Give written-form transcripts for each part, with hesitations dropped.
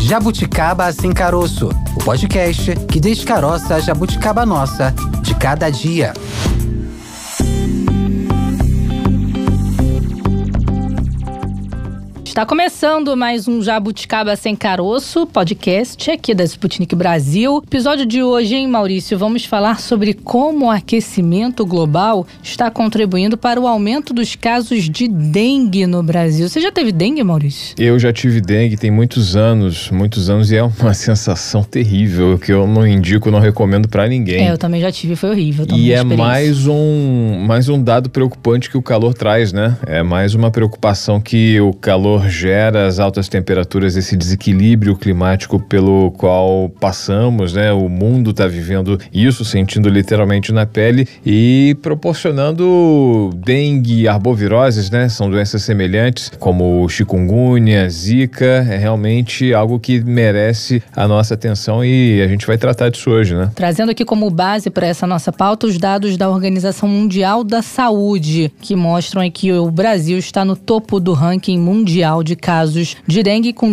Jabuticaba Sem Caroço, o podcast que descaroça a jabuticaba nossa de cada dia. Está começando mais um Jabuticaba Sem Caroço, podcast aqui da Sputnik Brasil. Episódio de hoje, hein, Maurício? Vamos falar sobre como o aquecimento global está contribuindo para o aumento dos casos de dengue no Brasil. Você já teve dengue, Maurício? Eu já tive dengue tem muitos anos, e é uma sensação terrível que eu não indico, não recomendo para ninguém. Eu também já tive, foi horrível. E é mais um dado preocupante que o calor traz, né? É mais uma preocupação que o calor gera, as altas temperaturas, esse desequilíbrio climático pelo qual passamos, né? O mundo está vivendo isso, sentindo literalmente na pele e proporcionando dengue, arboviroses, né? São doenças semelhantes, como chikungunya, zika, é realmente algo que merece a nossa atenção e a gente vai tratar disso hoje, né? Trazendo aqui como base para essa nossa pauta os dados da Organização Mundial da Saúde, que mostram que o Brasil está no topo do ranking mundial de casos de dengue, com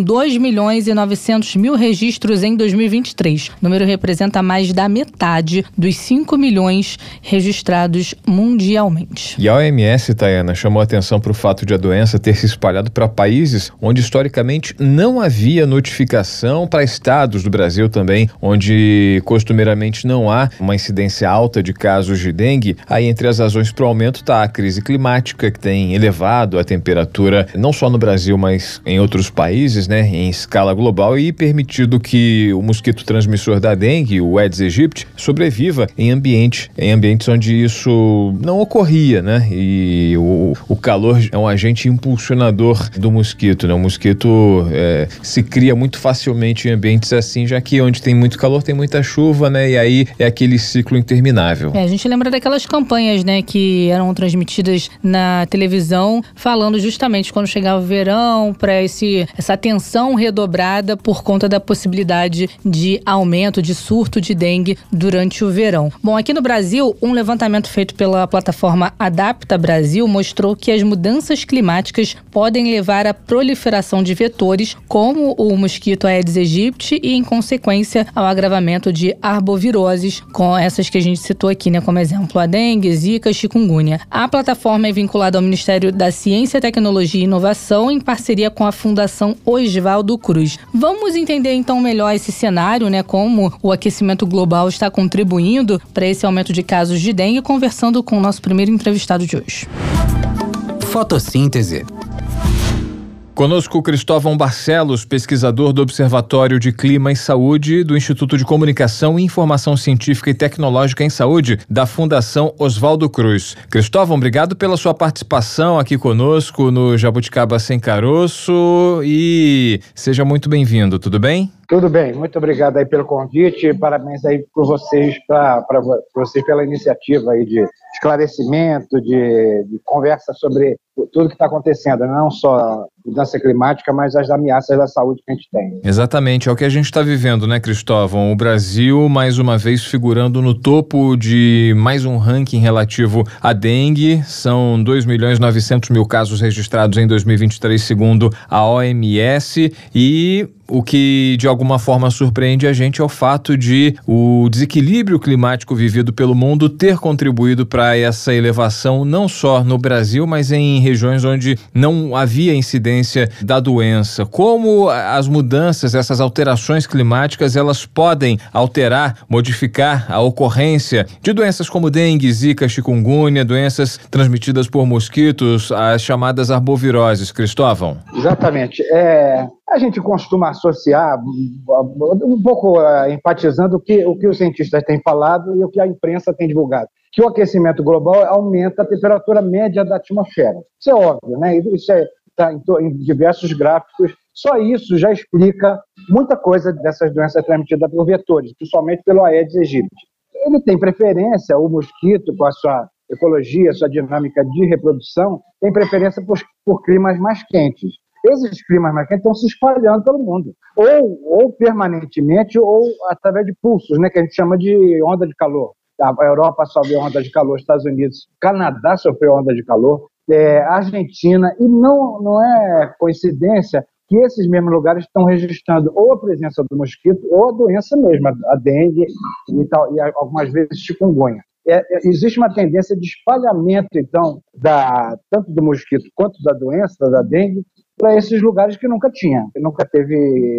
2.900.000 registros em 2023. O número representa mais da metade dos 5 milhões registrados mundialmente. E a OMS, Tayana, chamou atenção para o fato de a doença ter se espalhado para países onde historicamente não havia notificação, para estados do Brasil também, onde costumeiramente não há uma incidência alta de casos de dengue. Aí entre as razões para o aumento está a crise climática, que tem elevado a temperatura não só no Brasil, mas em outros países, né, em escala global, e permitido que o mosquito transmissor da dengue, o Aedes aegypti, sobreviva em ambientes onde isso não ocorria, né? E o calor é um agente impulsionador do mosquito, né? O mosquito se cria muito facilmente em ambientes assim, já que onde tem muito calor tem muita chuva, né? E aí é aquele ciclo interminável. A gente lembra daquelas campanhas, né, que eram transmitidas na televisão, falando justamente quando chegava o verão, para essa atenção redobrada por conta da possibilidade de aumento, de surto de dengue durante o verão. Bom, aqui no Brasil, um levantamento feito pela plataforma Adapta Brasil mostrou que as mudanças climáticas podem levar à proliferação de vetores, como o mosquito Aedes aegypti, e, em consequência, ao agravamento de arboviroses, com essas que a gente citou aqui, né, como exemplo, a dengue, zika, chikungunya. A plataforma é vinculada ao Ministério da Ciência, Tecnologia e Inovação, em parceria com a Fundação Oswaldo Cruz. Vamos entender então melhor esse cenário, né, como o aquecimento global está contribuindo para esse aumento de casos de dengue, conversando com o nosso primeiro entrevistado de hoje. Fotossíntese. Conosco Cristóvão Barcelos, pesquisador do Observatório de Clima e Saúde do Instituto de Comunicação, Informação Científica e Tecnológica em Saúde da Fundação Oswaldo Cruz. Cristóvão, obrigado pela sua participação aqui conosco no Jabuticaba Sem Caroço e seja muito bem-vindo, tudo bem? Tudo bem, muito obrigado aí pelo convite, parabéns aí por vocês, para vocês pela iniciativa aí de esclarecimento, de conversa sobre tudo que está acontecendo, não só mudança climática, mas as ameaças da saúde que a gente tem. Exatamente, é o que a gente está vivendo, né, Cristóvão? O Brasil, mais uma vez, figurando no topo de mais um ranking relativo à dengue. São 2.900.000 casos registrados em 2023, segundo a OMS, e o que de alguma forma surpreende a gente é o fato de o desequilíbrio climático vivido pelo mundo ter contribuído para essa elevação, não só no Brasil, mas em regiões onde não havia incidência da doença. Como as mudanças, essas alterações climáticas, elas podem alterar, modificar a ocorrência de doenças como dengue, zika, chikungunya, doenças transmitidas por mosquitos, as chamadas arboviroses, Cristóvão? Exatamente. A gente costuma associar, um pouco enfatizando o que os cientistas têm falado e o que a imprensa tem divulgado, que o aquecimento global aumenta a temperatura média da atmosfera. Isso é óbvio, né? Isso está em diversos gráficos. Só isso já explica muita coisa dessas doenças transmitidas por vetores, principalmente pelo Aedes aegypti. Ele tem preferência, o mosquito, com a sua ecologia, sua dinâmica de reprodução, tem preferência por climas mais quentes. Esses climas mais quentes estão se espalhando pelo mundo, ou permanentemente, ou através de pulsos, né, que a gente chama de onda de calor. A Europa sofreu onda de calor, Estados Unidos, Canadá sofreu onda de calor, Argentina, e não é coincidência que esses mesmos lugares estão registrando ou a presença do mosquito ou a doença mesmo, a dengue e tal, e algumas vezes chikungunya. Existe uma tendência de espalhamento, então, tanto do mosquito quanto da doença, da dengue, para esses lugares que nunca tinha. Nunca teve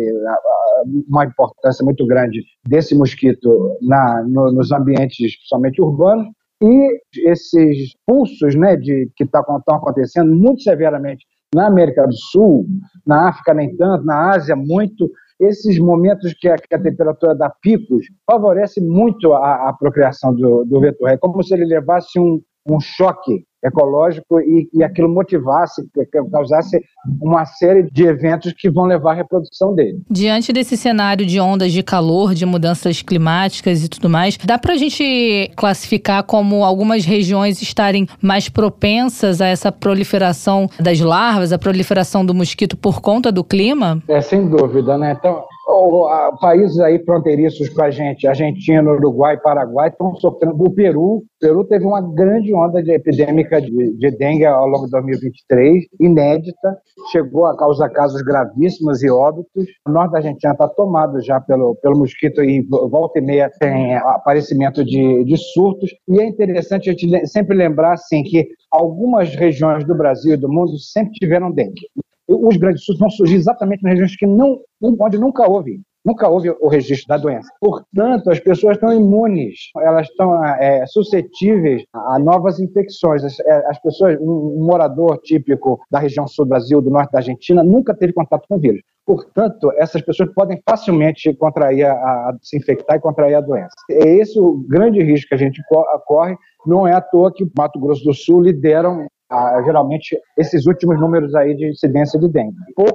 uma importância muito grande desse mosquito nos ambientes, principalmente urbanos, e esses pulsos, né, que estão acontecendo muito severamente na América do Sul, na África nem tanto, na Ásia muito. Esses momentos que a temperatura dá picos favorece muito a procriação do vetor. É como se ele levasse um choque ecológico e aquilo motivasse, causasse uma série de eventos que vão levar à reprodução dele. Diante desse cenário de ondas de calor, de mudanças climáticas e tudo mais, dá para a gente classificar como algumas regiões estarem mais propensas a essa proliferação das larvas, a proliferação do mosquito por conta do clima? Sem dúvida, né? Então, países aí fronteiriços com a gente, Argentina, Uruguai, Paraguai, estão sofrendo. O Peru teve uma grande onda epidêmica de dengue ao longo de 2023, inédita, chegou a causar casos gravíssimos e óbitos. O norte da Argentina está tomado já pelo mosquito e volta e meia tem aparecimento de surtos. E é interessante a gente sempre lembrar assim, que algumas regiões do Brasil e do mundo sempre tiveram dengue. Os grandes surtos vão surgir exatamente nas regiões onde nunca houve o registro da doença. Portanto, as pessoas estão imunes, elas estão suscetíveis a novas infecções. As pessoas, um morador típico da região sul do Brasil, do norte da Argentina, nunca teve contato com o vírus. Portanto, essas pessoas podem facilmente se infectar e contrair a doença. É esse o grande risco que a gente corre. Não é à toa que Mato Grosso do Sul lideram geralmente esses últimos números aí de incidência de dengue.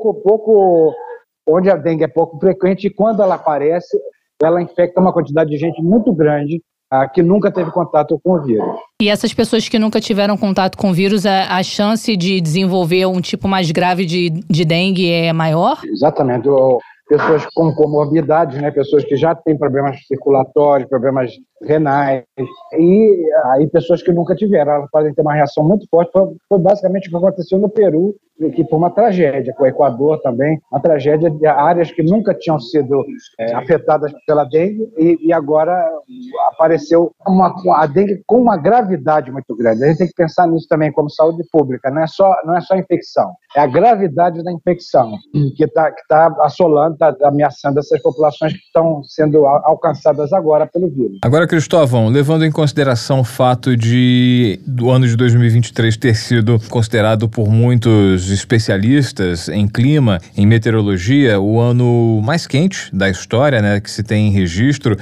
Onde a dengue é pouco frequente, e quando ela aparece, ela infecta uma quantidade de gente muito grande que nunca teve contato com o vírus. E essas pessoas que nunca tiveram contato com o vírus, a chance de desenvolver um tipo mais grave de dengue é maior? Exatamente. Pessoas com comorbidades, né? Pessoas que já têm problemas circulatórios, problemas renais, e aí pessoas que nunca tiveram, elas podem ter uma reação muito forte. Foi basicamente o que aconteceu no Peru, que foi uma tragédia, com o Equador também, uma tragédia de áreas que nunca tinham sido afetadas pela dengue, e agora apareceu a dengue com uma gravidade muito grande. A gente tem que pensar nisso também como saúde pública, não é só a infecção, é a gravidade da infecção que tá assolando, está ameaçando essas populações que estão sendo alcançadas agora pelo vírus. Agora, Cristóvão, levando em consideração o fato do ano de 2023 ter sido considerado por muitos especialistas em clima, em meteorologia, o ano mais quente da história, né, que se tem em registro,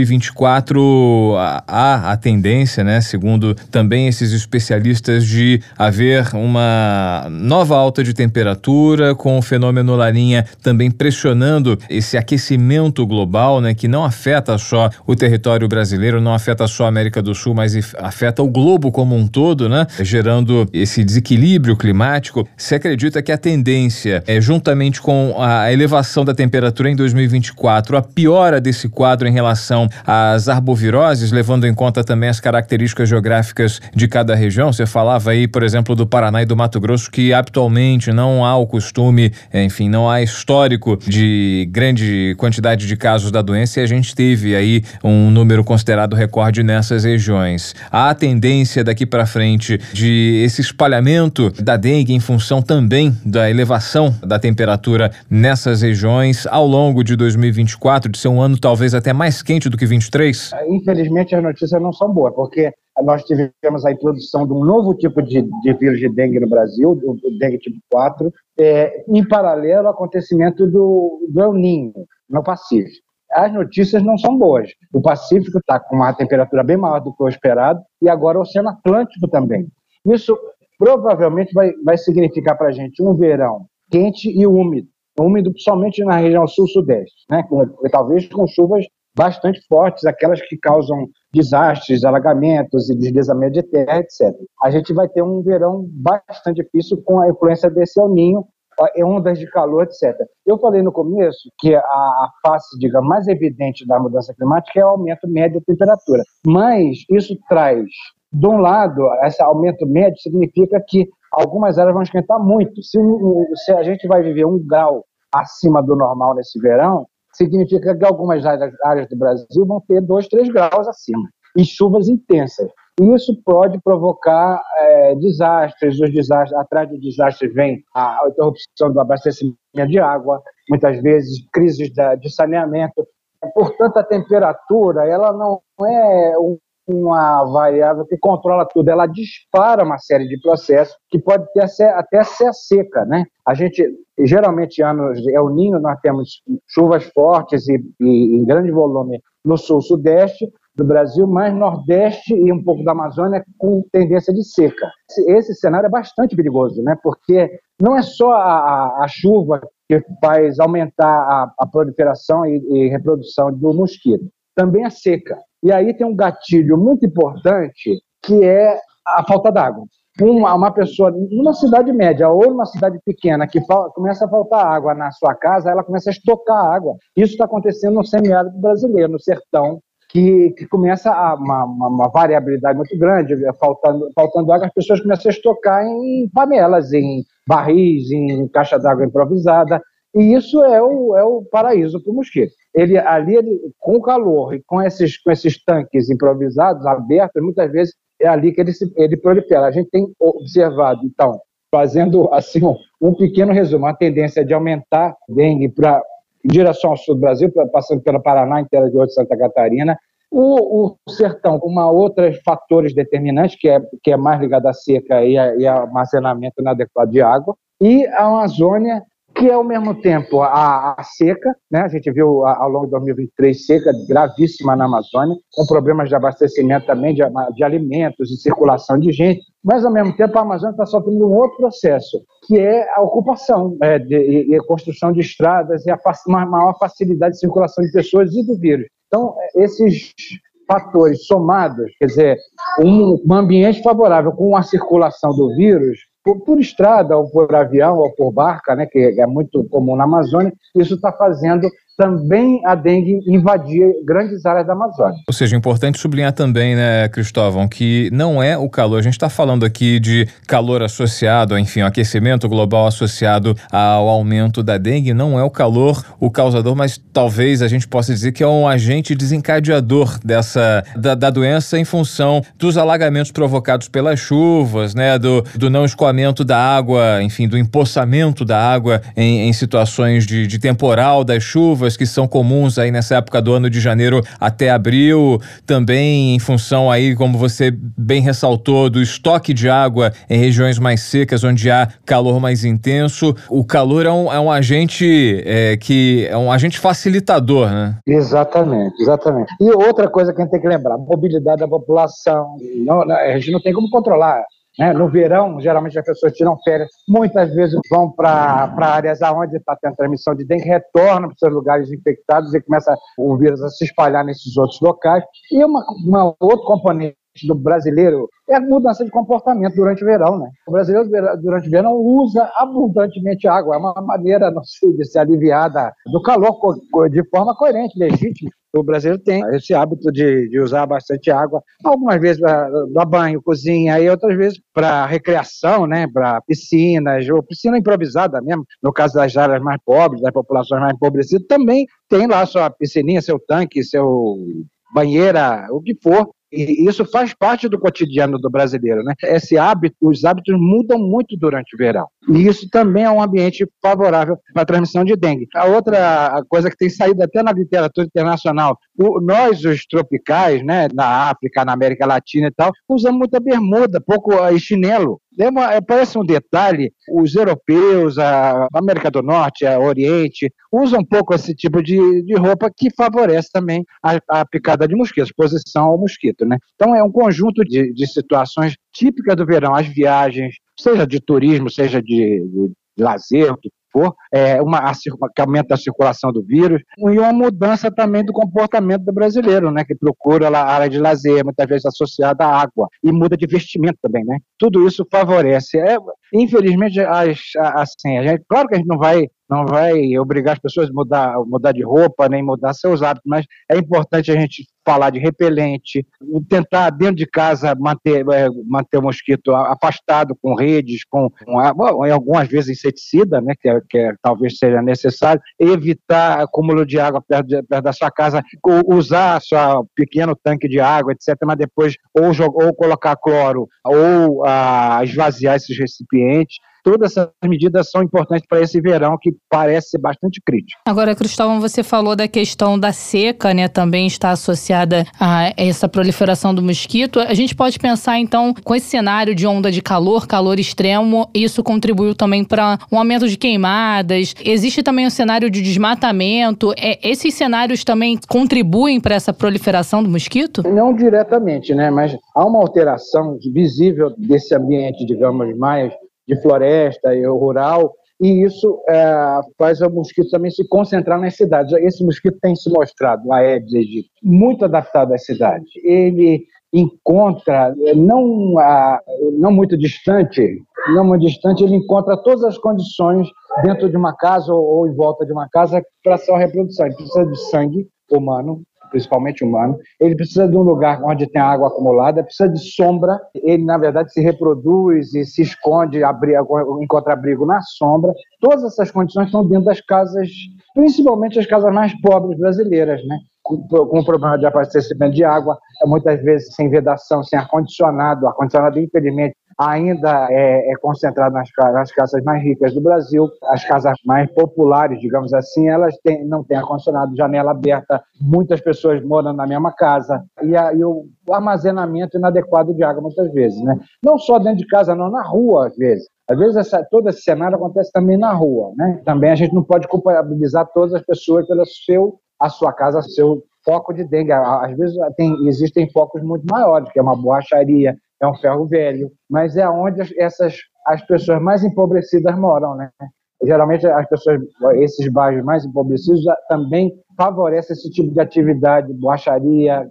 2024 há a tendência, né, segundo também esses especialistas, de haver uma nova alta de temperatura, com o fenômeno Laninha também pressionando esse aquecimento global, né, que não afeta só o território brasileiro, não afeta só a América do Sul, mas afeta o globo como um todo, né, gerando esse desequilíbrio climático. Você acredita que a tendência juntamente com a elevação da temperatura em 2024, a piora desse quadro em relação às arboviroses, levando em conta também as características geográficas de cada região? Você falava aí, por exemplo, do Paraná e do Mato Grosso, que atualmente não há o costume, enfim, não há histórico de grande quantidade de casos da doença, e a gente teve aí um número considerado recorde nessas regiões. Há a tendência daqui para frente de esse espalhamento da dengue em função também da elevação da temperatura nessas regiões ao longo de 2024, de ser um ano talvez até mais quente do que 23? Infelizmente as notícias não são boas, porque nós tivemos a introdução de um novo tipo de vírus de dengue no Brasil, o dengue tipo 4, em paralelo ao acontecimento do El Niño no Pacífico. As notícias não são boas. O Pacífico está com uma temperatura bem maior do que o esperado, e agora o Oceano Atlântico também. Isso provavelmente vai significar para a gente um verão quente e úmido somente na região sul-sudeste, né? Talvez com chuvas bastante fortes, aquelas que causam desastres, alagamentos e deslizamento de terra, etc. A gente vai ter um verão bastante difícil com a influência desse El Niño, ondas de calor, etc. Eu falei no começo que a face, digamos, mais evidente da mudança climática é o aumento médio da temperatura, mas isso traz, de um lado, esse aumento médio significa que algumas áreas vão esquentar muito. Se a gente vai viver 1 grau acima do normal nesse verão, significa que algumas áreas do Brasil vão ter 2, 3 graus acima, e chuvas intensas. E isso pode provocar desastres. Atrás dos desastres vem a interrupção do abastecimento de água, muitas vezes crises de saneamento. Portanto, a temperatura ela não é uma variável que controla tudo, ela dispara uma série de processos que pode ter até ser a seca, né? A gente, geralmente, anos El Niño, nós temos chuvas fortes e em grande volume no sul-sudeste do Brasil, mas Nordeste e um pouco da Amazônia com tendência de seca. Esse cenário é bastante perigoso, né? Porque não é só a chuva que faz aumentar a proliferação e reprodução do mosquito, também a seca. E aí tem um gatilho muito importante, que é a falta d'água. Uma pessoa, numa cidade média ou numa cidade pequena, que começa a faltar água na sua casa, ela começa a estocar água. Isso está acontecendo no semiárido brasileiro, no sertão, que começa uma variabilidade muito grande, faltando água, as pessoas começam a estocar em panelas, em barris, em caixa d'água improvisada, e isso é o paraíso para o mosquito. Ele, com o calor e com esses tanques improvisados, abertos, muitas vezes é ali que ele prolifera. A gente tem observado, então, fazendo assim um pequeno resumo, a tendência de aumentar dengue em direção ao sul do Brasil, passando pelo Paraná, interior de Santa Catarina, o sertão com outros fatores determinantes, que é mais ligado à seca e armazenamento inadequado de água, e a Amazônia, que é ao mesmo tempo a seca, né? A gente viu ao longo de 2023 seca gravíssima na Amazônia, com problemas de abastecimento também de alimentos e circulação de gente, mas ao mesmo tempo a Amazônia está sofrendo um outro processo, que é a ocupação e a construção de estradas e uma maior facilidade de circulação de pessoas e do vírus. Então, esses fatores somados, quer dizer, um ambiente favorável com a circulação do vírus, por estrada, ou por avião, ou por barca, né, que é muito comum na Amazônia, isso está fazendo também a dengue invadir grandes áreas da Amazônia. Ou seja, é importante sublinhar também, né, Cristóvão, que não é o calor. A gente está falando aqui de calor associado, enfim, aquecimento global associado ao aumento da dengue. Não é o calor o causador, mas talvez a gente possa dizer que é um agente desencadeador da doença em função dos alagamentos provocados pelas chuvas, né, do não escoamento da água, enfim, do empoçamento da água em situações de temporal das chuvas, que são comuns aí nessa época do ano, de janeiro até abril, também em função aí, como você bem ressaltou, do estoque de água em regiões mais secas, onde há calor mais intenso. O calor é um agente que é um agente facilitador, né? Exatamente. E outra coisa que a gente tem que lembrar, mobilidade da população, a gente não tem como controlar. No verão, geralmente as pessoas tiram férias, muitas vezes vão para áreas onde está tendo transmissão de dengue, retornam para os seus lugares infectados e começa o vírus a se espalhar nesses outros locais. E uma outro componente do brasileiro é a mudança de comportamento durante o verão, né? O brasileiro, durante o verão, usa abundantemente água. É uma maneira, não sei, de se aliviar do calor de forma coerente, legítima. O brasileiro tem esse hábito de usar bastante água, algumas vezes para banho, cozinha, e outras vezes para recreação, né? Para piscinas, ou piscina improvisada mesmo. No caso das áreas mais pobres, das populações mais empobrecidas, também tem lá sua piscininha, seu tanque, seu banheira, o que for. E isso faz parte do cotidiano do brasileiro, né? Os hábitos mudam muito durante o verão. E isso também é um ambiente favorável para a transmissão de dengue. A outra coisa que tem saído até na literatura internacional, nós, os tropicais, né, na África, na América Latina e tal, usamos muita bermuda, pouco chinelo. Parece um detalhe, os europeus, a América do Norte, a Oriente, usam um pouco esse tipo de roupa que favorece também a picada de mosquito, a exposição ao mosquito, né? Então é um conjunto de situações típicas do verão, as viagens, seja de turismo, seja de lazer, o que for, que aumenta a circulação do vírus, e uma mudança também do comportamento do brasileiro, né, que procura a área de lazer, muitas vezes associada à água, e muda de vestimento também, né? Tudo isso favorece. Infelizmente, claro que a gente não vai não vai obrigar as pessoas a mudar de roupa, nem mudar seus hábitos, mas é importante a gente falar de repelente, tentar dentro de casa manter o mosquito afastado com redes, em algumas vezes inseticida, né, que talvez seja necessário, evitar acúmulo de água perto da sua casa, usar seu pequeno tanque de água, etc., mas depois ou colocar cloro ou esvaziar esses recipientes. Todas essas medidas são importantes para esse verão, que parece ser bastante crítico. Agora, Cristóvão, você falou da questão da seca, né? Também está associada a essa proliferação do mosquito. A gente pode pensar, então, com esse cenário de onda de calor extremo, isso contribuiu também para um aumento de queimadas. Existe também um cenário de desmatamento. Esses cenários também contribuem para essa proliferação do mosquito? Não diretamente, né? Mas há uma alteração visível desse ambiente, digamos, mais de floresta e rural, e isso faz o mosquito também se concentrar nas cidades. Esse mosquito tem se mostrado, o Aedes aegypti, muito adaptado às cidades. Ele encontra, não muito distante, ele encontra todas as condições dentro de uma casa ou em volta de uma casa para a sua reprodução. Ele precisa de sangue humano, principalmente humano, ele precisa de um lugar onde tem água acumulada, precisa de sombra, ele na verdade se reproduz e se esconde, encontra abrigo na sombra. Todas essas condições estão dentro das casas, principalmente as casas mais pobres brasileiras, né? Com problema de abastecimento de água, muitas vezes sem vedação, sem ar-condicionado, infelizmente ainda é concentrado nas casas mais ricas do Brasil. As casas mais populares, digamos assim, elas não têm ar-condicionado, janela aberta, muitas pessoas moram na mesma casa, e o armazenamento inadequado de água muitas vezes, né? Não só dentro de casa, não, na rua às vezes. Às vezes todo esse cenário acontece também na rua, né? Também a gente não pode culpabilizar todas as pessoas pela a sua casa, seu foco de dengue. Às vezes existem focos muito maiores, que é uma borracharia, é um ferro velho, mas é onde as pessoas mais empobrecidas moram, né? Geralmente esses bairros mais empobrecidos também favorecem esse tipo de atividade, borracharia,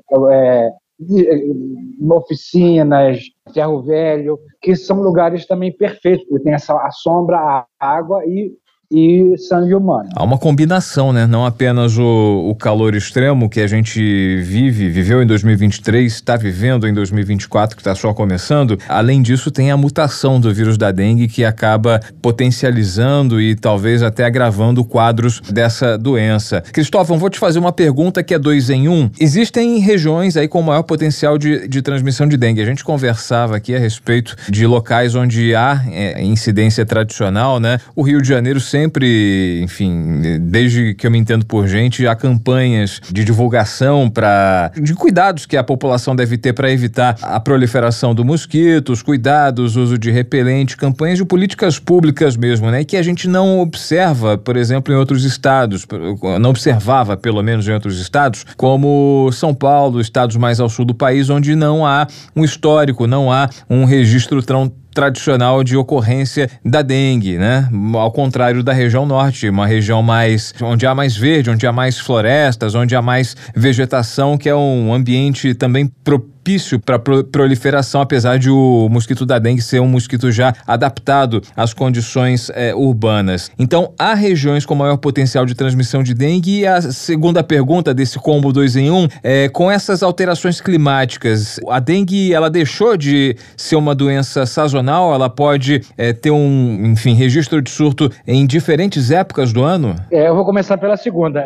oficinas, ferro velho, que são lugares também perfeitos, porque tem a sombra, a água e sangue humano. Há uma combinação, né? Não apenas o calor extremo que a gente viveu em 2023, está vivendo em 2024, que está só começando. Além disso, tem a mutação do vírus da dengue, que acaba potencializando e talvez até agravando quadros dessa doença. Cristóvão, vou te fazer uma pergunta que é 2 em 1. Existem regiões aí com maior potencial de transmissão de dengue. A gente conversava aqui a respeito de locais onde há incidência tradicional, né? O Rio de Janeiro sempre, enfim, desde que eu me entendo por gente, há campanhas de divulgação de cuidados que a população deve ter para evitar a proliferação do mosquito, os cuidados, uso de repelente, campanhas de políticas públicas mesmo, né? E que a gente não observa, por exemplo, em outros estados, não observava, pelo menos em outros estados, como São Paulo, estados mais ao sul do país, onde não há um histórico, não há um registro tradicional de ocorrência da dengue, né? Ao contrário da região norte, uma região onde há mais verde, onde há mais florestas, onde há mais vegetação, que é um ambiente também propício para proliferação, apesar de o mosquito da dengue ser um mosquito já adaptado às condições urbanas. Então, há regiões com maior potencial de transmissão de dengue. E a segunda pergunta desse combo 2 em 1 com essas alterações climáticas, a dengue, ela deixou de ser uma doença sazonal? Ela pode ter registro de surto em diferentes épocas do ano? Eu vou começar pela segunda.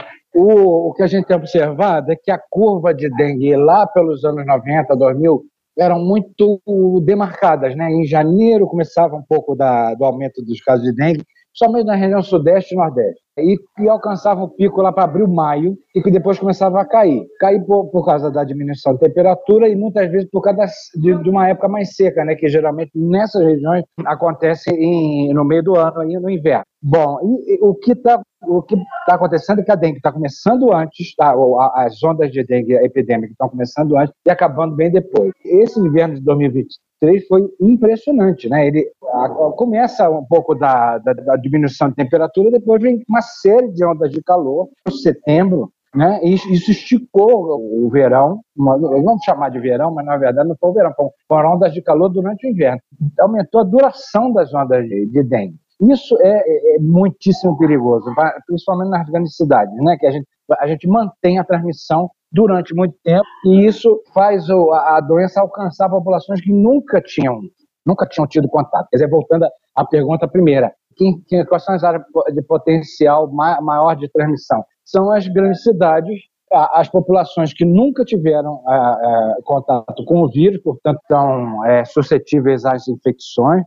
O que a gente tem observado é que a curva de dengue lá pelos anos 90, 2000, eram muito demarcadas, né? Em janeiro começava um pouco do aumento dos casos de dengue, somente na região sudeste e nordeste. E alcançava um pico lá para abril, maio, e que depois começava a cair. Cair por causa da diminuição da temperatura e muitas vezes por causa de uma época mais seca, né? Que geralmente nessas regiões acontece no meio do ano, aí no inverno. Bom, o que está acontecendo é que a dengue está começando antes, as ondas de dengue epidêmica estão começando antes e acabando bem depois. Esse inverno de 2023 foi impressionante, né? Ele começa um pouco da diminuição de temperatura, depois vem uma série de ondas de calor, em setembro, né? Isso esticou o verão, vamos chamar de verão, mas na verdade não foi o verão, foram ondas de calor durante o inverno. Aumentou a duração das ondas de dengue. Isso é muitíssimo perigoso, principalmente nas grandes cidades, né? Que a gente mantém a transmissão durante muito tempo e isso faz a doença alcançar populações que nunca tinham tido contato. Quer dizer, voltando à pergunta primeira, quais são as áreas de potencial maior de transmissão? São as grandes cidades, as populações que nunca tiveram contato com o vírus, portanto, estão suscetíveis às infecções,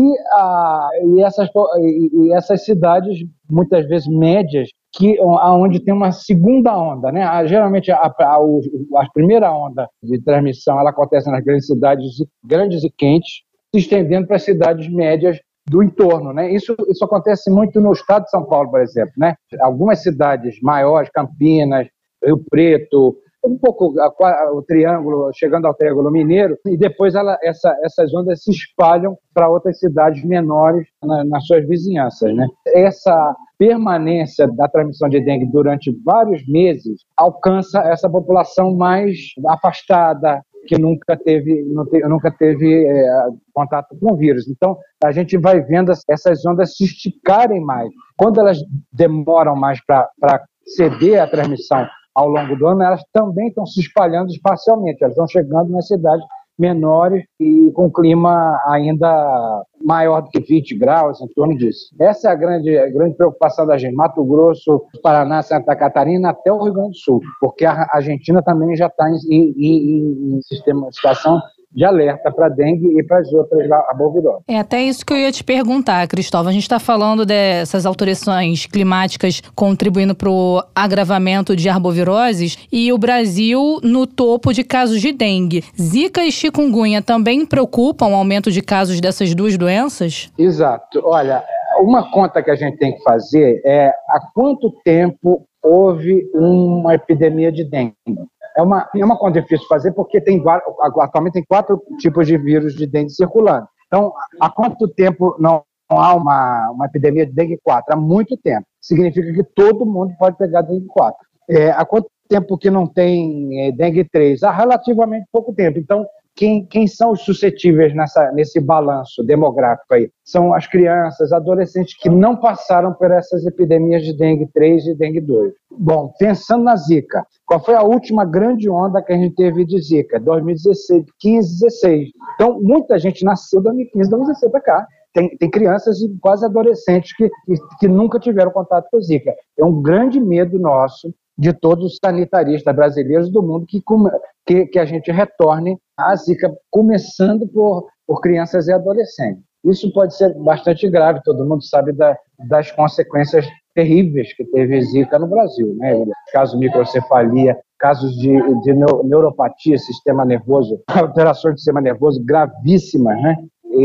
e essas cidades, muitas vezes médias, onde tem uma segunda onda, né? Geralmente a primeira onda de transmissão ela acontece nas grandes cidades grandes e quentes, se estendendo para as cidades médias do entorno, né? Isso acontece muito no estado de São Paulo, por exemplo, né? Algumas cidades maiores, Campinas, Rio Preto, um pouco o Triângulo, chegando ao Triângulo Mineiro, e depois essas ondas se espalham para outras cidades menores nas suas vizinhanças, né? Essa permanência da transmissão de dengue durante vários meses alcança essa população mais afastada, que nunca teve contato com o vírus. Então, a gente vai vendo essas ondas se esticarem mais. Quando elas demoram mais para ceder a transmissão ao longo do ano, elas também estão se espalhando espacialmente, elas estão chegando nas cidades menores e com clima ainda maior do que 20 graus, em torno disso. Essa é a grande preocupação da gente. Mato Grosso, Paraná, Santa Catarina, até o Rio Grande do Sul, porque a Argentina também já está em situação de alerta para dengue e para as outras arboviroses. É até isso que eu ia te perguntar, Cristóvão. A gente está falando dessas alterações climáticas contribuindo para o agravamento de arboviroses e o Brasil no topo de casos de dengue. Zika e chikungunya também preocupam o aumento de casos dessas duas doenças? Exato. Olha, uma conta que a gente tem que fazer é há quanto tempo houve uma epidemia de dengue. É uma conta difícil de fazer porque atualmente tem 4 tipos de vírus de dengue circulando. Então, há quanto tempo não há uma epidemia de dengue 4? Há muito tempo. Significa que todo mundo pode pegar dengue 4. Há quanto tempo que não tem dengue 3? Há relativamente pouco tempo. Então, quem são os suscetíveis nesse balanço demográfico aí? São as crianças, adolescentes que não passaram por essas epidemias de dengue 3 e dengue 2. Bom, pensando na Zika, qual foi a última grande onda que a gente teve de Zika? 2016, 15, 16. Então, muita gente nasceu de 2015, 2016 para cá. Tem crianças e quase adolescentes que nunca tiveram contato com Zika. É um grande medo nosso, de todos os sanitaristas brasileiros do mundo, que a gente retorne à Zika, começando por crianças e adolescentes. Isso pode ser bastante grave, todo mundo sabe das consequências terríveis que teve Zika no Brasil, né? Casos de microcefalia, casos de neuropatia, sistema nervoso, alterações do sistema nervoso gravíssimas, né?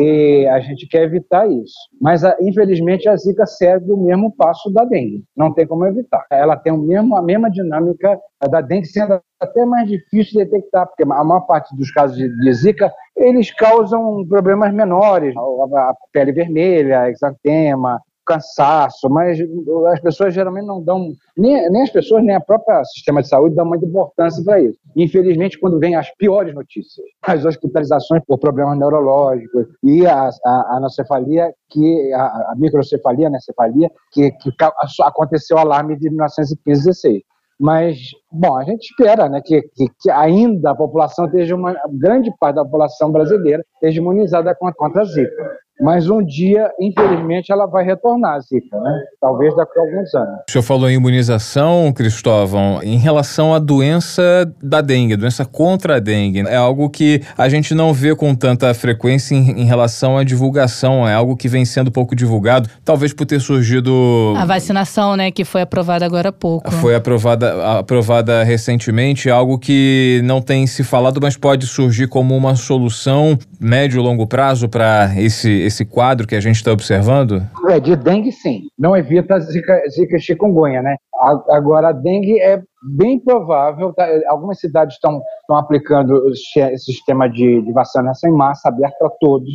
E a gente quer evitar isso. Mas, infelizmente, a Zika segue o mesmo passo da dengue. Não tem como evitar. Ela tem a mesma dinâmica da dengue, sendo até mais difícil de detectar, porque a maior parte dos casos de Zika, eles causam problemas menores, a pele vermelha, exantema, cansaço, mas as pessoas geralmente não dão, nem as pessoas, nem a própria sistema de saúde dão muita importância para isso. Infelizmente, quando vem as piores notícias, as hospitalizações por problemas neurológicos e a anocefalia, a microcefalia, a cefalia, que aconteceu o alarme de 1915, 16. Mas, bom, a gente espera, né, que ainda a população uma grande parte da população brasileira esteja imunizada contra a Zika. Mas um dia, infelizmente, ela vai retornar a Zika, né? Talvez daqui a alguns anos. O senhor falou em imunização, Cristóvão, em relação à doença da dengue, a doença contra a dengue. É algo que a gente não vê com tanta frequência em relação à divulgação, é algo que vem sendo pouco divulgado, talvez por ter surgido... A vacinação, né, que foi aprovada agora há pouco. Foi aprovada recentemente, algo que não tem se falado, mas pode surgir como uma solução médio e longo prazo para esse quadro que a gente está observando? De dengue, sim. Não evita Zika e chikungunya, né? Agora, a dengue é bem provável, tá? Algumas cidades estão aplicando esse sistema de vacinação em massa, aberto para todos.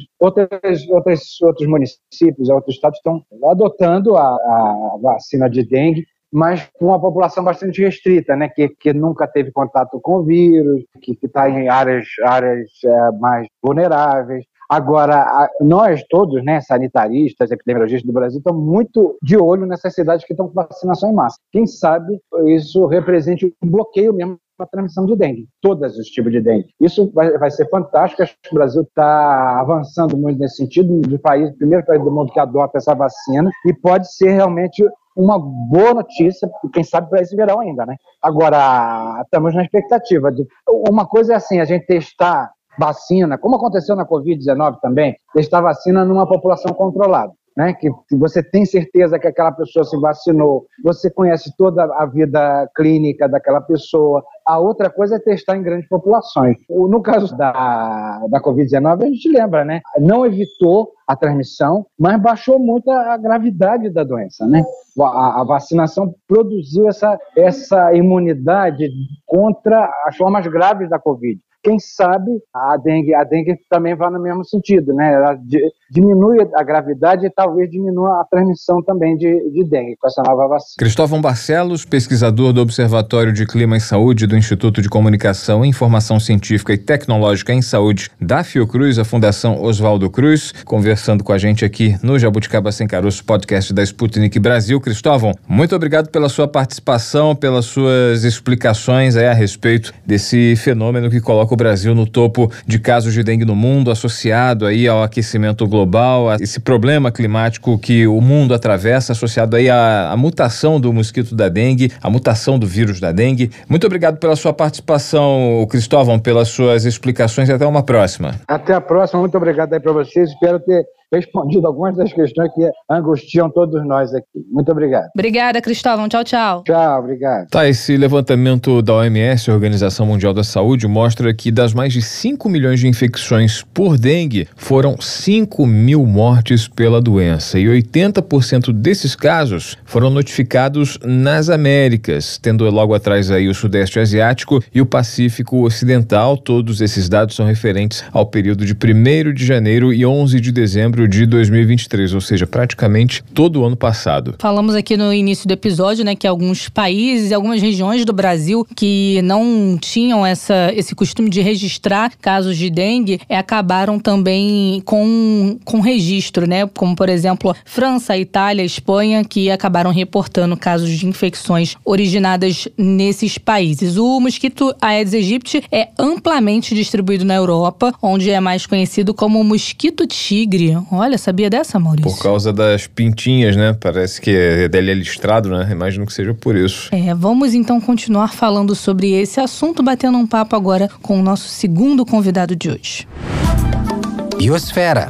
Outros municípios, outros estados estão adotando a vacina de dengue, mas com uma população bastante restrita, né? Que nunca teve contato com o vírus, que está em áreas mais vulneráveis. Agora, nós todos, né, sanitaristas, epidemiologistas do Brasil, estamos muito de olho nessas cidades que estão com vacinação em massa. Quem sabe isso represente um bloqueio mesmo para a transmissão de dengue, todos os tipos de dengue. Isso vai ser fantástico, acho que o Brasil está avançando muito nesse sentido, o primeiro país do mundo que adota essa vacina, e pode ser realmente uma boa notícia, quem sabe para esse verão ainda, né? Agora, estamos na expectativa. Uma coisa é assim, a gente testar vacina, como aconteceu na Covid-19 também, testar vacina numa população controlada, né? Que você tem certeza que aquela pessoa se vacinou, você conhece toda a vida clínica daquela pessoa. A outra coisa é testar em grandes populações. No caso da Covid-19, a gente lembra, né? Não evitou a transmissão, mas baixou muito a gravidade da doença, né? A vacinação produziu essa imunidade contra as formas graves da Covid. Quem sabe a dengue também vai no mesmo sentido, né? Ela diminui a gravidade e talvez diminua a transmissão também de dengue com essa nova vacina. Cristóvão Barcelos, pesquisador do Observatório de Clima e Saúde do Instituto de Comunicação, Informação Científica e Tecnológica em Saúde da Fiocruz, a Fundação Oswaldo Cruz, conversando com a gente aqui no Jabuticaba Sem Caroço, podcast da Sputnik Brasil. Cristóvão, muito obrigado pela sua participação, pelas suas explicações a respeito desse fenômeno que coloca o Brasil no topo de casos de dengue no mundo, associado aí ao aquecimento global, a esse problema climático que o mundo atravessa, associado aí à mutação do mosquito da dengue, a mutação do vírus da dengue. Muito obrigado pela sua participação, Cristóvão, pelas suas explicações e até uma próxima. Até a próxima, muito obrigado aí para vocês, espero ter respondido algumas das questões que angustiam todos nós aqui. Muito obrigado. Obrigada, Cristóvão. Tchau, tchau. Tchau, obrigado. Tá, esse levantamento da OMS, Organização Mundial da Saúde, mostra que das mais de 5 milhões de infecções por dengue, foram 5 mil mortes pela doença. E 80% desses casos foram notificados nas Américas, tendo logo atrás aí o Sudeste Asiático e o Pacífico Ocidental. Todos esses dados são referentes ao período de 1º de janeiro e 11 de dezembro de 2023, ou seja, praticamente todo o ano passado. Falamos aqui no início do episódio, né, que alguns países e algumas regiões do Brasil que não tinham esse costume de registrar casos de dengue, acabaram também com registro, né? Como, por exemplo, França, Itália, Espanha, que acabaram reportando casos de infecções originadas nesses países. O mosquito Aedes aegypti é amplamente distribuído na Europa, onde é mais conhecido como mosquito tigre. Olha, sabia dessa, Maurício? Por causa das pintinhas, né? Parece que dele é listrado, né? Imagino que seja por isso. Vamos então continuar falando sobre esse assunto, batendo um papo agora com o nosso segundo convidado de hoje. Biosfera.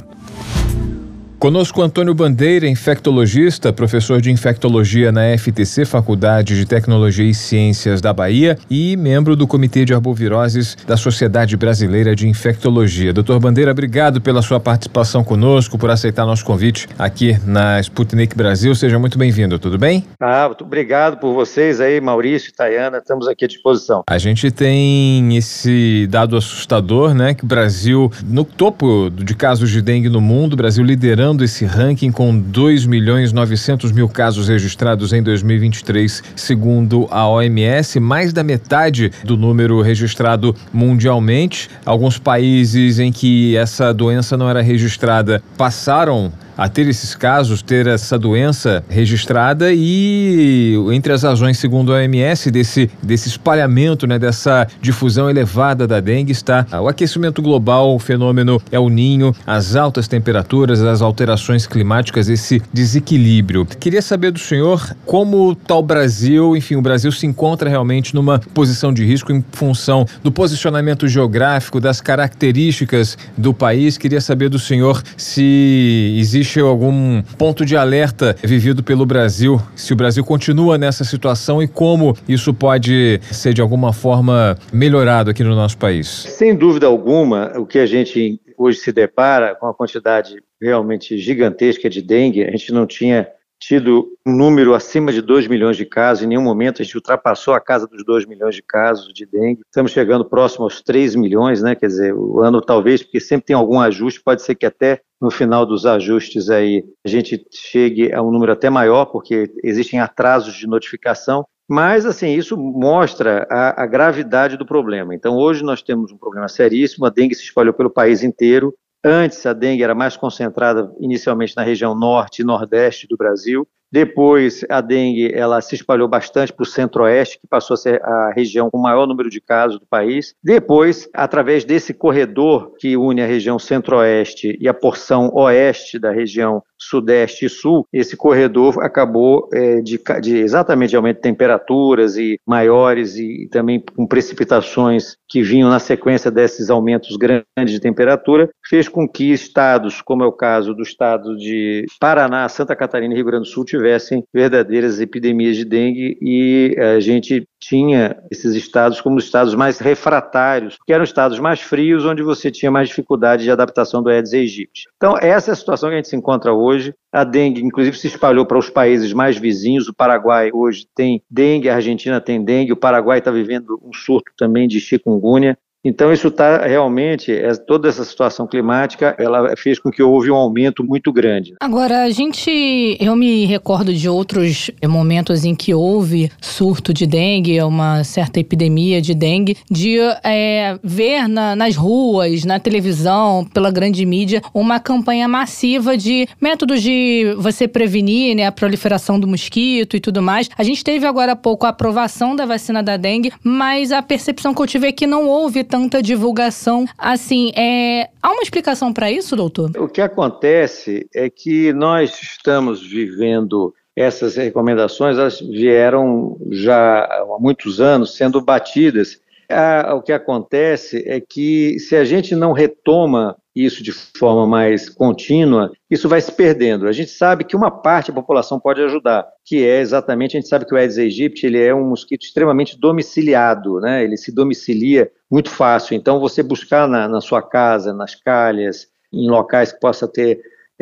Conosco Antônio Bandeira, infectologista, professor de infectologia na FTC, Faculdade de Tecnologia e Ciências da Bahia, e membro do Comitê de Arboviroses da Sociedade Brasileira de Infectologia. Doutor Bandeira, obrigado pela sua participação conosco, por aceitar nosso convite aqui na Sputnik Brasil. Seja muito bem-vindo, tudo bem? Muito obrigado por vocês aí, Maurício e Tayana, estamos aqui à disposição. A gente tem esse dado assustador, né, que o Brasil, no topo de casos de dengue no mundo, o Brasil liderando esse ranking com 2.900.000 casos registrados em 2023, segundo a OMS, mais da metade do número registrado mundialmente. Alguns países em que essa doença não era registrada passaram a ter esses casos, ter essa doença registrada, e entre as razões, segundo a OMS, desse espalhamento, né, dessa difusão elevada da dengue, está o aquecimento global, o fenômeno El Niño, as altas temperaturas, as alterações climáticas, esse desequilíbrio. Queria saber do senhor como está o Brasil. Enfim, o Brasil se encontra realmente numa posição de risco em função do posicionamento geográfico, das características do país. Queria saber do senhor se existe algum ponto de alerta vivido pelo Brasil, se o Brasil continua nessa situação e como isso pode ser de alguma forma melhorado aqui no nosso país. Sem dúvida alguma, o que a gente hoje se depara com a quantidade realmente gigantesca de dengue, a gente não tinha tido um número acima de 2 milhões de casos, em nenhum momento a gente ultrapassou a casa dos 2 milhões de casos de dengue, estamos chegando próximo aos 3 milhões, né? Quer dizer, o ano talvez, porque sempre tem algum ajuste, pode ser que até no final dos ajustes aí a gente chegue a um número até maior, porque existem atrasos de notificação, mas assim, isso mostra a gravidade do problema. Então hoje nós temos um problema seríssimo, a dengue se espalhou pelo país inteiro, Antes, a dengue era mais concentrada inicialmente na região norte e nordeste do Brasil. Depois, a dengue ela se espalhou bastante para o centro-oeste, que passou a ser a região com o maior número de casos do país. Depois, através desse corredor que une a região centro-oeste e a porção oeste da região sudeste e sul, esse corredor acabou exatamente de aumento de temperaturas e maiores e também com precipitações que vinham na sequência desses aumentos grandes de temperatura, fez com que estados, como é o caso do estado de Paraná, Santa Catarina e Rio Grande do Sul, tivessem verdadeiras epidemias de dengue, e a gente tinha esses estados como os estados mais refratários, que eram estados mais frios, onde você tinha mais dificuldade de adaptação do Aedes aegypti. Então, essa é a situação que a gente se encontra hoje. A dengue, inclusive, se espalhou para os países mais vizinhos. O Paraguai hoje tem dengue, a Argentina tem dengue, o Paraguai está vivendo um surto também de chikungunya. Então, isso está realmente, toda essa situação climática, ela fez com que houve um aumento muito grande. Agora, eu me recordo de outros momentos em que houve surto de dengue, uma certa epidemia de dengue, de ver nas ruas, na televisão, pela grande mídia, uma campanha massiva de métodos de você prevenir, né, a proliferação do mosquito e tudo mais. A gente teve agora há pouco a aprovação da vacina da dengue, mas a percepção que eu tive é que não houve tanta divulgação. Assim, há uma explicação para isso, doutor? O que acontece é que nós estamos vivendo essas recomendações, elas vieram já há muitos anos sendo batidas. O que acontece é que se a gente não retoma isso de forma mais contínua, isso vai se perdendo. A gente sabe que uma parte da população pode ajudar, que é exatamente, a gente sabe que o Aedes aegypti, ele é um mosquito extremamente domiciliado, né? Ele se domicilia muito fácil. Então, você buscar na sua casa, nas calhas, em locais que possa ter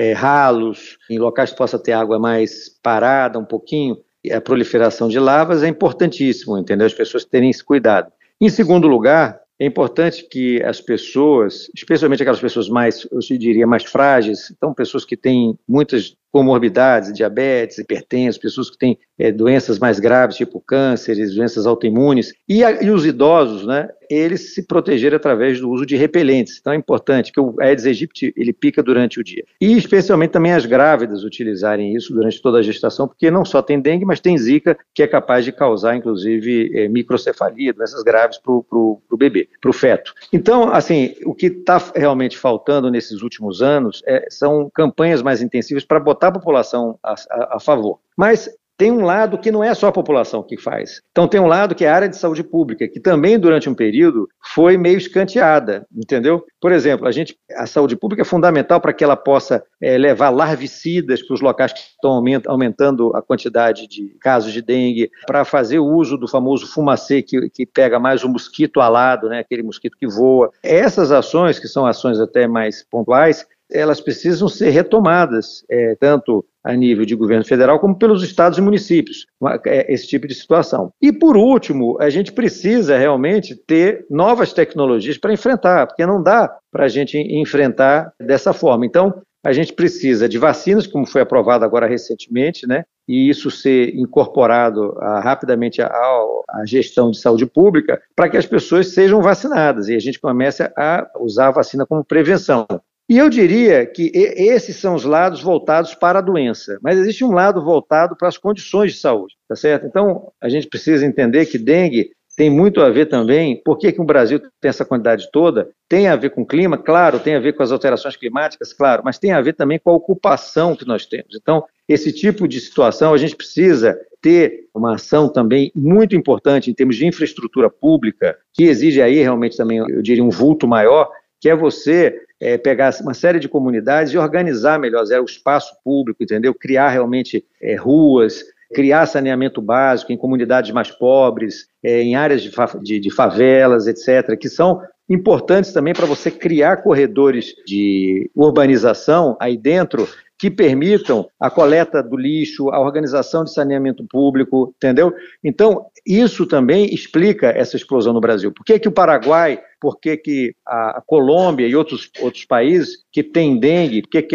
ralos, em locais que possa ter água mais parada um pouquinho, a proliferação de larvas é importantíssimo, entendeu? As pessoas terem esse cuidado. Em segundo lugar, é importante que as pessoas, especialmente aquelas pessoas mais, eu diria, mais frágeis, então pessoas que têm muitas comorbidades, diabetes, hipertensos, pessoas que têm doenças mais graves, tipo cânceres, doenças autoimunes, e os idosos, né, eles se protegerem através do uso de repelentes. Então é importante que o Aedes aegypti, ele pica durante o dia. E especialmente também as grávidas utilizarem isso durante toda a gestação, porque não só tem dengue, mas tem zika, que é capaz de causar, inclusive, microcefalia, doenças graves para o bebê, para o feto. Então, assim, o que está realmente faltando nesses últimos anos são campanhas mais intensivas para botar a população a favor. Mas tem um lado que não é só a população que faz. Então tem um lado que é a área de saúde pública, que também durante um período foi meio escanteada, entendeu? Por exemplo, a saúde pública é fundamental para que ela possa levar larvicidas para os locais que estão aumentando a quantidade de casos de dengue, para fazer o uso do famoso fumacê, que pega mais o mosquito alado, né, aquele mosquito que voa. Essas ações, que são ações até mais pontuais, elas precisam ser retomadas, tanto a nível de governo federal, como pelos estados e municípios, esse tipo de situação. E, por último, a gente precisa realmente ter novas tecnologias para enfrentar, porque não dá para a gente enfrentar dessa forma. Então, a gente precisa de vacinas, como foi aprovado agora recentemente, né? E isso ser incorporado rapidamente à gestão de saúde pública, para que as pessoas sejam vacinadas e a gente comece a usar a vacina como prevenção. E eu diria que esses são os lados voltados para a doença, mas existe um lado voltado para as condições de saúde, tá certo? Então, a gente precisa entender que dengue tem muito a ver também, por que o Brasil tem essa quantidade toda? Tem a ver com o clima, claro, tem a ver com as alterações climáticas, claro, mas tem a ver também com a ocupação que nós temos. Então, esse tipo de situação, a gente precisa ter uma ação também muito importante em termos de infraestrutura pública, que exige aí realmente também, eu diria, um vulto maior, que é você pegar uma série de comunidades e organizar melhor o espaço público, entendeu? Criar realmente ruas, criar saneamento básico em comunidades mais pobres, em áreas de favelas, etc., que são importantes também para você criar corredores de urbanização aí dentro que permitam a coleta do lixo, a organização de saneamento público, entendeu? Então, isso também explica essa explosão no Brasil. Por que o Paraguai, por que a Colômbia e outros países que têm dengue, por que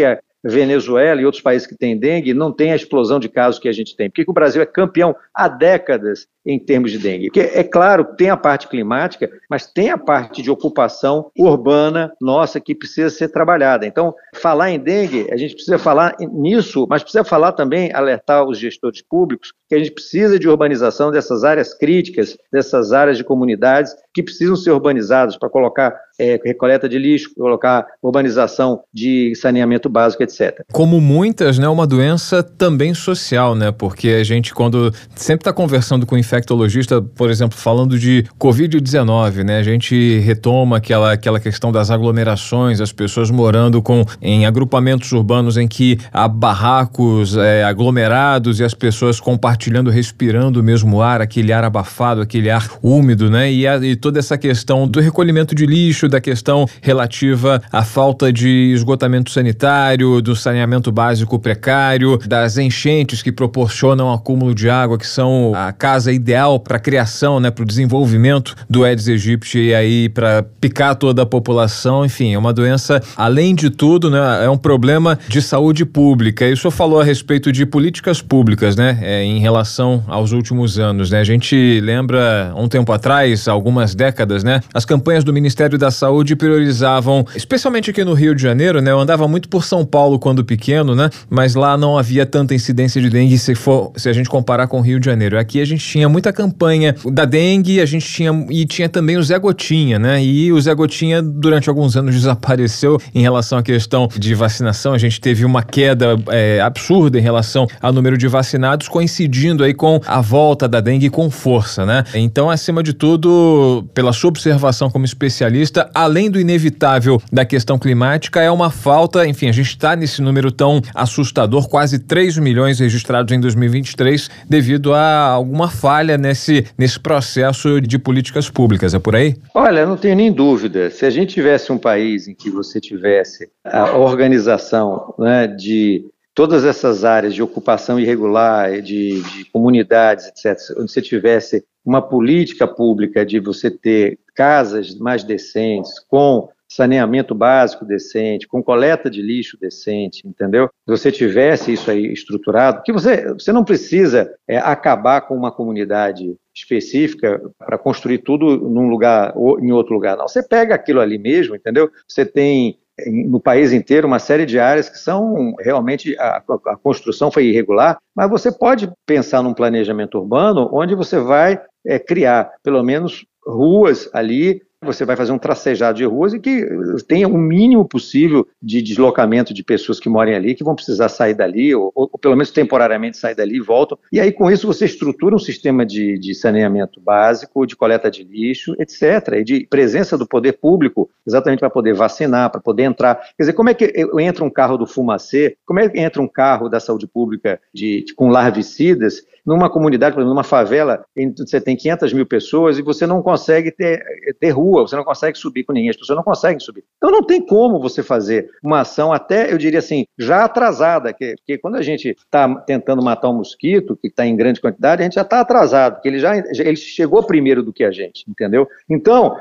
Venezuela e outros países que têm dengue não tem a explosão de casos que a gente tem? Por que o Brasil é campeão há décadas em termos de dengue? Porque, é claro, tem a parte climática, mas tem a parte de ocupação urbana nossa que precisa ser trabalhada. Então, falar em dengue, a gente precisa falar nisso, mas precisa falar também, alertar os gestores públicos, que a gente precisa de urbanização dessas áreas críticas, dessas áreas de comunidades que precisam ser urbanizadas para colocar recoleta de lixo, colocar urbanização de saneamento básico, etc. Como muitas, né, uma doença também social, né, porque a gente quando sempre está conversando com um infectologista, por exemplo, falando de Covid-19, né, a gente retoma aquela questão das aglomerações, as pessoas morando em agrupamentos urbanos em que há barracos aglomerados e as pessoas compartilhando, respirando o mesmo ar, aquele ar abafado, aquele ar úmido, né, e toda essa questão do recolhimento de lixo, da questão relativa à falta de esgotamento sanitário, do saneamento básico precário, das enchentes que proporcionam acúmulo de água, que são a casa ideal para a criação, né, para o desenvolvimento do Aedes aegypti e aí para picar toda a população. Enfim, é uma doença, além de tudo, né, é um problema de saúde pública. E o senhor falou a respeito de políticas públicas, né, em relação aos últimos anos, né? A gente lembra, um tempo atrás, algumas décadas, né, as campanhas do Ministério da Saúde priorizavam, especialmente aqui no Rio de Janeiro, né? Eu andava muito por São Paulo quando pequeno, né? Mas lá não havia tanta incidência de dengue se a gente comparar com o Rio de Janeiro. Aqui a gente tinha muita campanha da dengue, a gente tinha também o Zé Gotinha, né? E o Zé Gotinha durante alguns anos desapareceu em relação à questão de vacinação. A gente teve uma queda absurda em relação ao número de vacinados, coincidindo aí com a volta da dengue com força, né? Então, acima de tudo, pela sua observação como especialista, além do inevitável da questão climática, é uma falta, enfim, a gente está nesse número tão assustador, quase 3 milhões registrados em 2023, devido a alguma falha nesse processo de políticas públicas, é por aí? Olha, não tenho nem dúvida, se a gente tivesse um país em que você tivesse a organização, né, de todas essas áreas de ocupação irregular, de comunidades, etc., onde você tivesse uma política pública de você ter casas mais decentes, com saneamento básico decente, com coleta de lixo decente, entendeu? Se você tivesse isso aí estruturado, que você não precisa acabar com uma comunidade específica para construir tudo num lugar ou em outro lugar, não. Você pega aquilo ali mesmo, entendeu? Você tem no país inteiro uma série de áreas que são realmente, a construção foi irregular, mas você pode pensar num planejamento urbano onde você vai criar pelo menos ruas ali, você vai fazer um tracejado de ruas e que tenha o mínimo possível de deslocamento de pessoas que morem ali, que vão precisar sair dali, ou pelo menos temporariamente sair dali e voltam. E aí, com isso, você estrutura um sistema de saneamento básico, de coleta de lixo, etc., e de presença do poder público, exatamente para poder vacinar, para poder entrar. Quer dizer, como é que entra um carro do Fumacê, como é que entra um carro da saúde pública com larvicidas, numa comunidade, por exemplo, numa favela, você tem 500 mil pessoas e você não consegue ter rua, você não consegue subir com ninguém, as pessoas não conseguem subir. Então não tem como você fazer uma ação até, eu diria assim, já atrasada, porque quando a gente está tentando matar um mosquito, que está em grande quantidade, a gente já está atrasado, porque ele chegou primeiro do que a gente, entendeu? Então,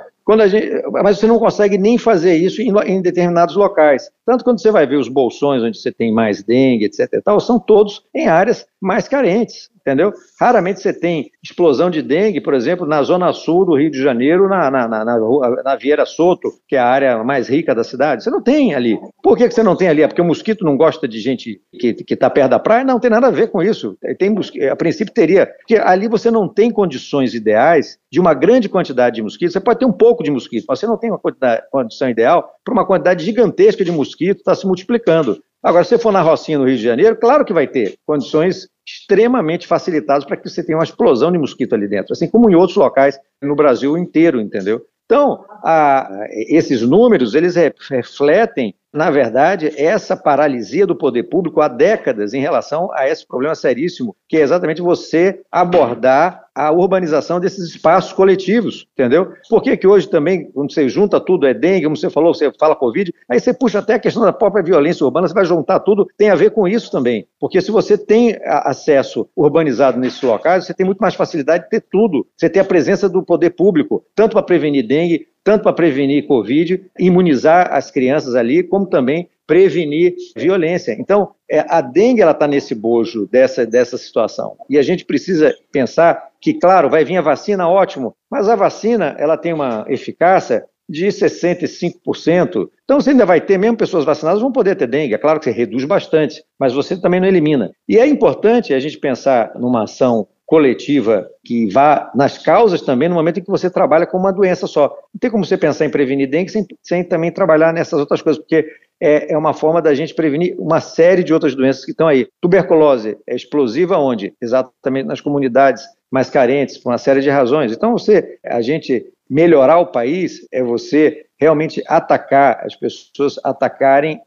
mas você não consegue nem fazer isso em determinados locais. Tanto quando você vai ver os bolsões onde você tem mais dengue, etc. e tal, são todos em áreas mais carentes, entendeu? Raramente você tem explosão de dengue, por exemplo, na zona sul do Rio de Janeiro, na Vieira Soto, que é a área mais rica da cidade. Você não tem ali. Por que você não tem ali? É porque o mosquito não gosta de gente que está perto da praia? Não tem nada a ver com isso. A princípio teria, porque ali você não tem condições ideais de uma grande quantidade de mosquitos. Você pode ter um pouco de mosquito, mas você não tem uma condição ideal para uma quantidade gigantesca de mosquito estar se multiplicando. Agora, se você for na Rocinha, no Rio de Janeiro, claro que vai ter condições extremamente facilitadas para que você tenha uma explosão de mosquito ali dentro, assim como em outros locais no Brasil inteiro, entendeu? Então, esses números, eles refletem, na verdade, essa paralisia do poder público há décadas em relação a esse problema seríssimo, que é exatamente você abordar a urbanização desses espaços coletivos, entendeu? Por que hoje também, quando você junta tudo, é dengue, como você falou, você fala Covid, aí você puxa até a questão da própria violência urbana, você vai juntar tudo, tem a ver com isso também, porque se você tem acesso urbanizado nesses locais, você tem muito mais facilidade de ter tudo, você tem a presença do poder público, tanto para prevenir dengue, tanto para prevenir Covid, imunizar as crianças ali, como também prevenir violência. Então, a dengue está nesse bojo dessa situação. E a gente precisa pensar que, claro, vai vir a vacina, ótimo, mas a vacina ela tem uma eficácia de 65%. Então, você ainda vai ter, mesmo pessoas vacinadas vão poder ter dengue. É claro que você reduz bastante, mas você também não elimina. E é importante a gente pensar numa ação coletiva que vá nas causas também no momento em que você trabalha com uma doença só. Não tem como você pensar em prevenir dengue sem também trabalhar nessas outras coisas, porque é uma forma da gente prevenir uma série de outras doenças que estão aí. Tuberculose é explosiva onde? Exatamente nas comunidades mais carentes, por uma série de razões. Então, a gente melhorar o país é você realmente atacar, as pessoas atacarem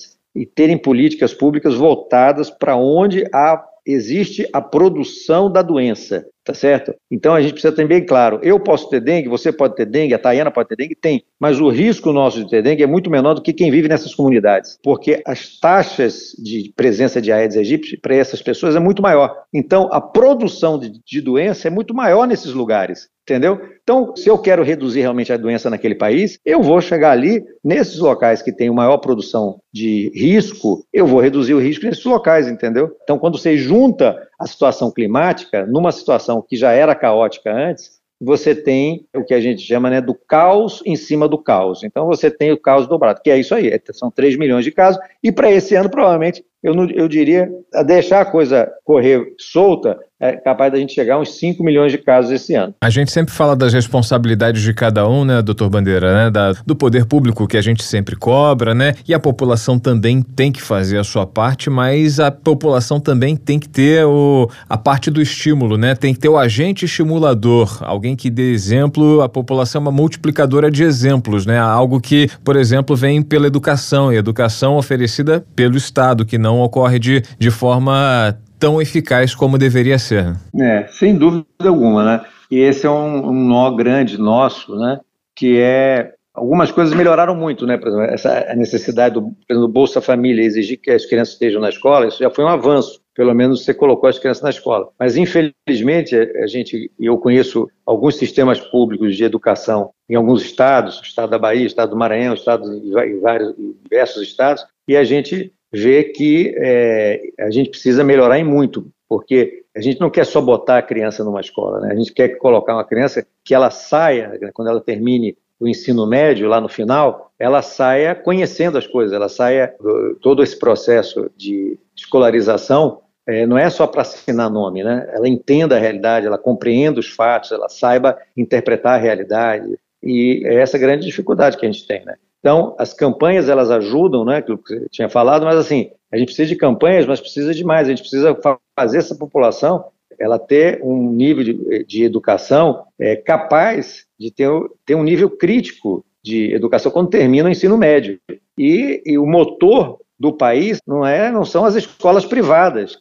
e terem políticas públicas voltadas para onde existe a produção da doença, tá certo? Então a gente precisa ter bem claro, eu posso ter dengue, você pode ter dengue, a Tayana pode ter dengue, tem, mas o risco nosso de ter dengue é muito menor do que quem vive nessas comunidades, porque as taxas de presença de Aedes aegypti para essas pessoas é muito maior. Então a produção de doença é muito maior nesses lugares, entendeu? Então, se eu quero reduzir realmente a doença naquele país, eu vou chegar ali, nesses locais que têm maior produção de risco, eu vou reduzir o risco nesses locais, entendeu? Então, quando você junta a situação climática, numa situação que já era caótica antes, você tem o que a gente chama, né, do caos em cima do caos. Então, você tem o caos dobrado, que é isso aí, são 3 milhões de casos, e para esse ano, provavelmente, eu diria, a deixar a coisa correr solta, é capaz da gente chegar a uns 5 milhões de casos esse ano. A gente sempre fala das responsabilidades de cada um, né, doutor Bandeira, né, do poder público que a gente sempre cobra, né, e a população também tem que fazer a sua parte, mas a população também tem que ter a parte do estímulo, né, tem que ter o agente estimulador, alguém que dê exemplo. A população é uma multiplicadora de exemplos, né, algo que, por exemplo, vem pela educação, e educação oferecida pelo Estado, que não ocorre de forma tão eficaz como deveria ser. Sem dúvida alguma, né? E esse é um nó grande nosso, né? Que algumas coisas melhoraram muito, né? Por exemplo, a necessidade do Bolsa Família exigir que as crianças estejam na escola, isso já foi um avanço. Pelo menos você colocou as crianças na escola. Mas, infelizmente, eu conheço alguns sistemas públicos de educação em alguns estados, o estado da Bahia, o estado do Maranhão, diversos estados, e a gente vê que a gente precisa melhorar em muito, porque a gente não quer só botar a criança numa escola, né? A gente quer colocar uma criança que ela saia, quando ela termine o ensino médio, lá no final, ela saia conhecendo as coisas, ela saia, todo esse processo de escolarização, não é só para assinar nome, né? Ela entenda a realidade, ela compreenda os fatos, ela saiba interpretar a realidade, e é essa grande dificuldade que a gente tem, né? Então, as campanhas, elas ajudam, né, aquilo que você tinha falado, mas assim, a gente precisa de campanhas, mas precisa de mais, a gente precisa fazer essa população, ela ter um nível de educação capaz de ter um nível crítico de educação quando termina o ensino médio. E o motor do país não são as escolas privadas,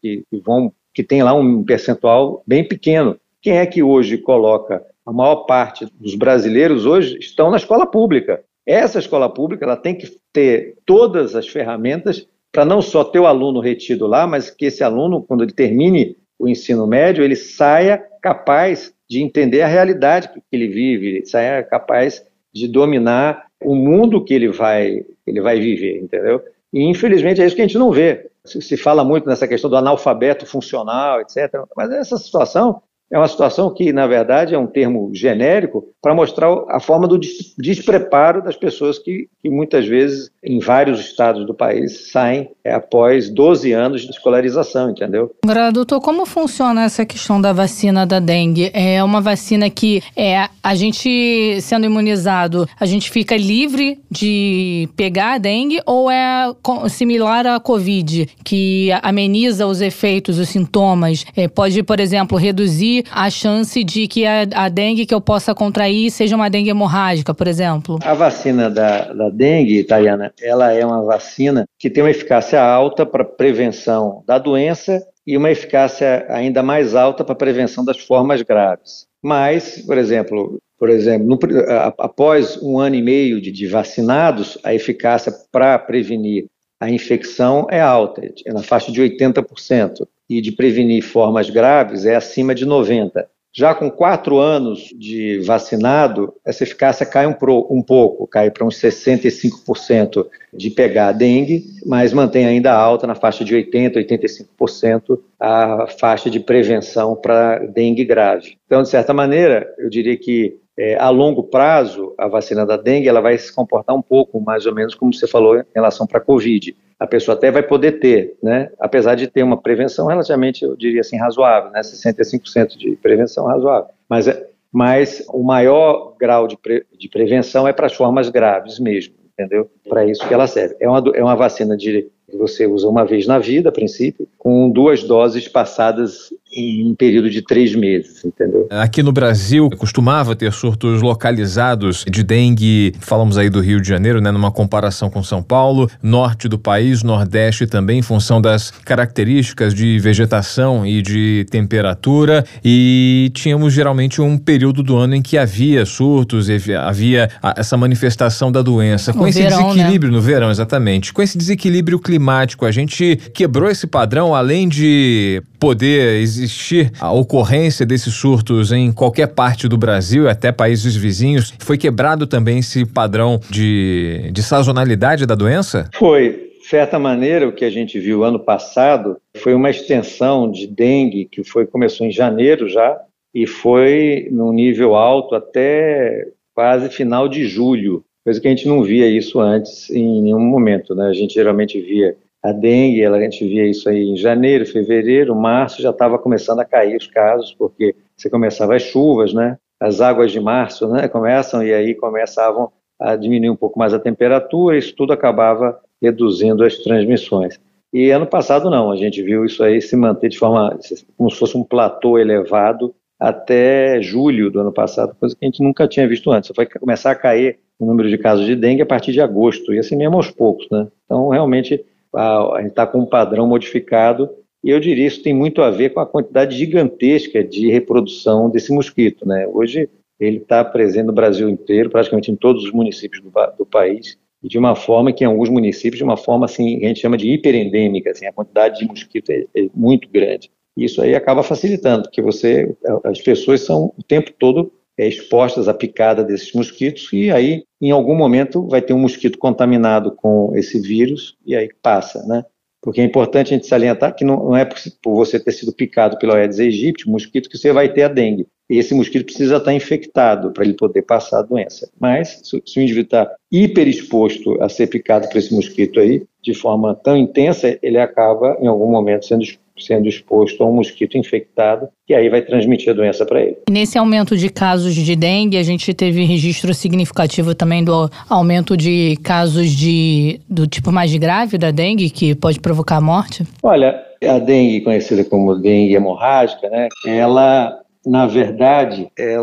que tem lá um percentual bem pequeno. Quem é que hoje coloca, a maior parte dos brasileiros hoje estão na escola pública. Essa escola pública ela tem que ter todas as ferramentas para não só ter o aluno retido lá, mas que esse aluno, quando ele termine o ensino médio, ele saia capaz de entender a realidade que ele vive, ele saia capaz de dominar o mundo que ele vai viver, entendeu? E, infelizmente, é isso que a gente não vê. Se fala muito nessa questão do analfabeto funcional, etc., mas essa situação é uma situação que, na verdade, é um termo genérico para mostrar a forma do despreparo das pessoas que muitas vezes, em vários estados do país, saem após 12 anos de escolarização, entendeu? Agora, doutor, como funciona essa questão da vacina da dengue? É uma vacina que a gente, sendo imunizado, a gente fica livre de pegar a dengue, ou é similar à Covid, que ameniza os efeitos, os sintomas? Pode, por exemplo, reduzir a chance de que a dengue que eu possa contrair seja uma dengue hemorrágica, por exemplo? A vacina da dengue, Tayana, ela é uma vacina que tem uma eficácia alta para prevenção da doença e uma eficácia ainda mais alta para prevenção das formas graves. Mas, por exemplo, após 1 ano e meio de vacinados, a eficácia para prevenir a infecção é alta, é na faixa de 80%. E de prevenir formas graves é acima de 90%. Já com 4 anos de vacinado, essa eficácia cai um pouco, cai para uns 65% de pegar a dengue, mas mantém ainda alta na faixa de 80%, 85% a faixa de prevenção para dengue grave. Então, de certa maneira, eu diria que a longo prazo, a vacina da dengue ela vai se comportar um pouco, mais ou menos como você falou, em relação para a Covid. A pessoa até vai poder ter, né? Apesar de ter uma prevenção relativamente, eu diria assim, razoável, né? 65% de prevenção razoável. Mas o maior grau de prevenção é para as formas graves mesmo, entendeu? Para isso que ela serve. É uma vacina que você usa uma vez na vida, a princípio, com 2 doses passadas em um período de 3 meses, entendeu? Aqui no Brasil, costumava ter surtos localizados de dengue, falamos aí do Rio de Janeiro, né, numa comparação com São Paulo, norte do país, nordeste também, em função das características de vegetação e de temperatura, e tínhamos geralmente um período do ano em que havia surtos, havia essa manifestação da doença. Com esse desequilíbrio, né? No verão, exatamente. Com esse desequilíbrio climático, a gente quebrou esse padrão, além de poder existir a ocorrência desses surtos em qualquer parte do Brasil e até países vizinhos, foi quebrado também esse padrão de sazonalidade da doença? Foi. De certa maneira, o que a gente viu ano passado foi uma extensão de dengue que começou em janeiro já e foi num nível alto até quase final de julho, coisa que a gente não via isso antes em nenhum momento, né? A gente geralmente via a dengue, a gente via isso aí em janeiro, fevereiro, março, já estava começando a cair os casos, porque você começava as chuvas, né? As águas de março, né? Começam e aí começavam a diminuir um pouco mais a temperatura, isso tudo acabava reduzindo as transmissões. E ano passado não, a gente viu isso aí se manter de forma, como se fosse um platô elevado até julho do ano passado, coisa que a gente nunca tinha visto antes. Só foi começar a cair o número de casos de dengue a partir de agosto, e assim mesmo aos poucos, né? Então, realmente, a gente está com um padrão modificado, e eu diria isso tem muito a ver com a quantidade gigantesca de reprodução desse mosquito, né? Hoje ele está presente no Brasil inteiro, praticamente em todos os municípios do país, e de uma forma que em alguns municípios, de uma forma assim, que a gente chama de hiperendêmica, assim, a quantidade de mosquito é muito grande. E isso aí acaba facilitando, porque as pessoas são o tempo todo expostas à picada desses mosquitos, e aí, em algum momento, vai ter um mosquito contaminado com esse vírus, e aí passa, né? Porque é importante a gente salientar que não é por você ter sido picado pelo Aedes aegypti, um mosquito, que você vai ter a dengue. E esse mosquito precisa estar infectado para ele poder passar a doença. Mas, se o indivíduo está hiperexposto a ser picado por esse mosquito aí, de forma tão intensa, ele acaba, em algum momento, sendo exposto a um mosquito infectado, que aí vai transmitir a doença para ele. E nesse aumento de casos de dengue, a gente teve registro significativo também do aumento de casos do tipo mais grave da dengue, que pode provocar a morte? Olha, a dengue, conhecida como dengue hemorrágica, né, ela, na verdade,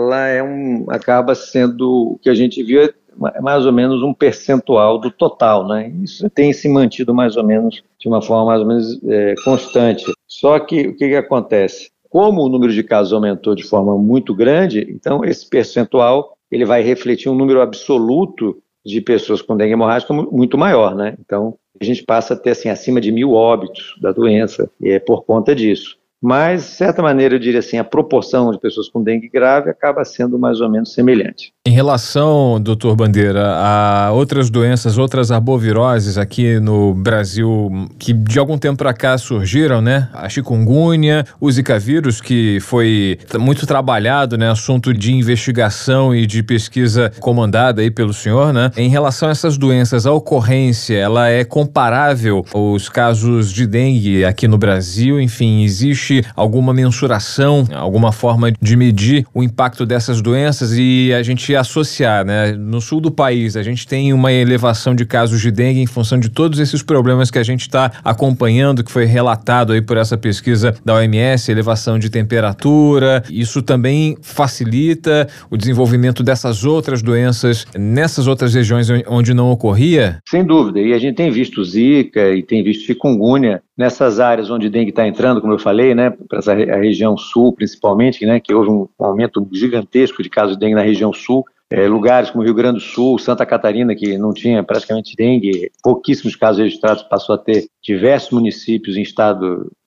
acaba sendo, o que a gente viu é mais ou menos um percentual do total, né? Isso tem se mantido mais ou menos, de uma forma mais ou menos constante. Só que o que acontece? Como o número de casos aumentou de forma muito grande, então esse percentual ele vai refletir um número absoluto de pessoas com dengue hemorrágica muito maior, né? Então a gente passa a ter assim, acima de 1.000 óbitos da doença, e é por conta disso. Mas, de certa maneira, eu diria assim, a proporção de pessoas com dengue grave acaba sendo mais ou menos semelhante. Em relação, doutor Bandeira, a outras doenças, outras arboviroses aqui no Brasil, que de algum tempo para cá surgiram, né? A chikungunya, o Zika vírus, que foi muito trabalhado, né? Assunto de investigação e de pesquisa comandada aí pelo senhor, né? Em relação a essas doenças, a ocorrência, ela é comparável aos casos de dengue aqui no Brasil? Enfim, existe alguma mensuração, alguma forma de medir o impacto dessas doenças e a gente associar, né? No sul do país, a gente tem uma elevação de casos de dengue em função de todos esses problemas que a gente está acompanhando, que foi relatado aí por essa pesquisa da OMS, elevação de temperatura. Isso também facilita o desenvolvimento dessas outras doenças nessas outras regiões onde não ocorria? Sem dúvida, e a gente tem visto Zika e tem visto chikungunya nessas áreas onde dengue está entrando, como eu falei, né, para a região sul principalmente, né, que houve um aumento gigantesco de casos de dengue na região sul, lugares como Rio Grande do Sul, Santa Catarina, que não tinha praticamente dengue, pouquíssimos casos registrados, passou a ter diversos municípios em estado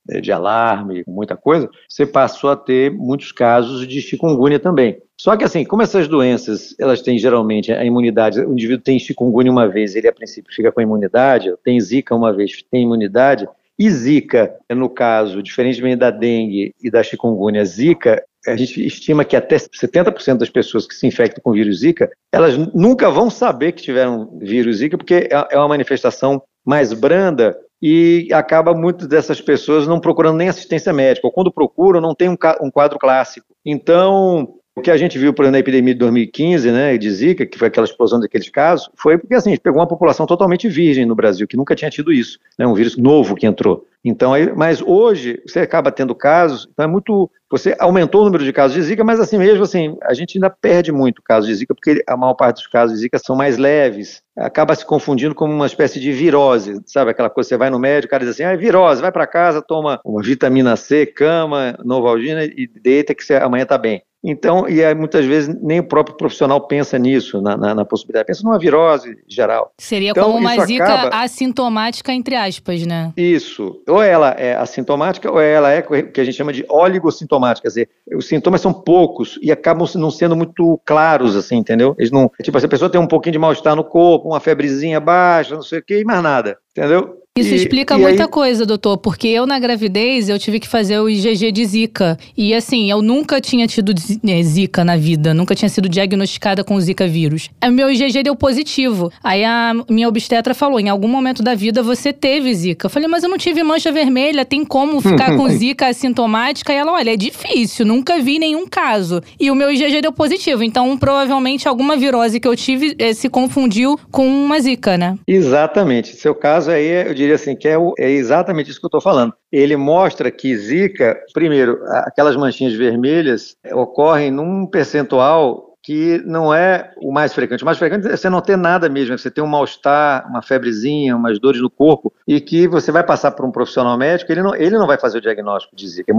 de alarme, muita coisa, você passou a ter muitos casos de chikungunya também. Só que assim, como essas doenças, elas têm geralmente a imunidade, o indivíduo tem chikungunya uma vez, ele a princípio fica com a imunidade, tem zika uma vez, tem imunidade, e zika, no caso, diferentemente da dengue e da chikungunya, zika, a gente estima que até 70% das pessoas que se infectam com vírus zika, elas nunca vão saber que tiveram vírus zika, porque é uma manifestação mais branda e acaba muitas dessas pessoas não procurando nem assistência médica, ou quando procuram não tem um quadro clássico. Então, o que a gente viu, por exemplo, na epidemia de 2015, né, de zika, que foi aquela explosão daqueles casos, foi porque assim, a gente pegou uma população totalmente virgem no Brasil, que nunca tinha tido isso, né, um vírus novo que entrou. Então, mas hoje você acaba tendo casos, então você aumentou o número de casos de zika, mas assim mesmo, assim, a gente ainda perde muito casos de zika, porque a maior parte dos casos de zika são mais leves, acaba se confundindo como uma espécie de virose, sabe, aquela coisa, você vai no médico, o cara diz assim, é virose, vai para casa, toma uma vitamina C, cama, Novalgina e deita que você amanhã está bem. Então, muitas vezes nem o próprio profissional pensa nisso, na possibilidade, pensa numa virose geral. Seria então, como uma zika assintomática, entre aspas, né? Isso, ou ela é assintomática ou ela é o que a gente chama de oligossintomática, quer dizer, os sintomas são poucos e acabam não sendo muito claros, assim, entendeu? Eles não, tipo, se a pessoa tem um pouquinho de mal-estar no corpo, uma febrezinha baixa, não sei o que, e mais nada, entendeu? Isso explica muita coisa, doutor, porque eu na gravidez eu tive que fazer o IgG de zika e assim, eu nunca tinha tido zika na vida, nunca tinha sido diagnosticada com zika vírus. O meu IgG deu positivo, aí a minha obstetra falou, em algum momento da vida você teve zika. Eu falei, mas eu não tive mancha vermelha, tem como ficar com zika assintomática? E ela, olha, é difícil, nunca vi nenhum caso. E o meu IgG deu positivo, então provavelmente alguma virose que eu tive se confundiu com uma zika, né? Exatamente, seu caso aí, eu diria assim, que é exatamente isso que eu estou falando. Ele mostra que zika, primeiro, aquelas manchinhas vermelhas ocorrem num percentual que não é o mais frequente. O mais frequente é você não ter nada mesmo, é você ter um mal-estar, uma febrezinha, umas dores no corpo, e que você vai passar por um profissional médico, ele não vai fazer o diagnóstico de zika.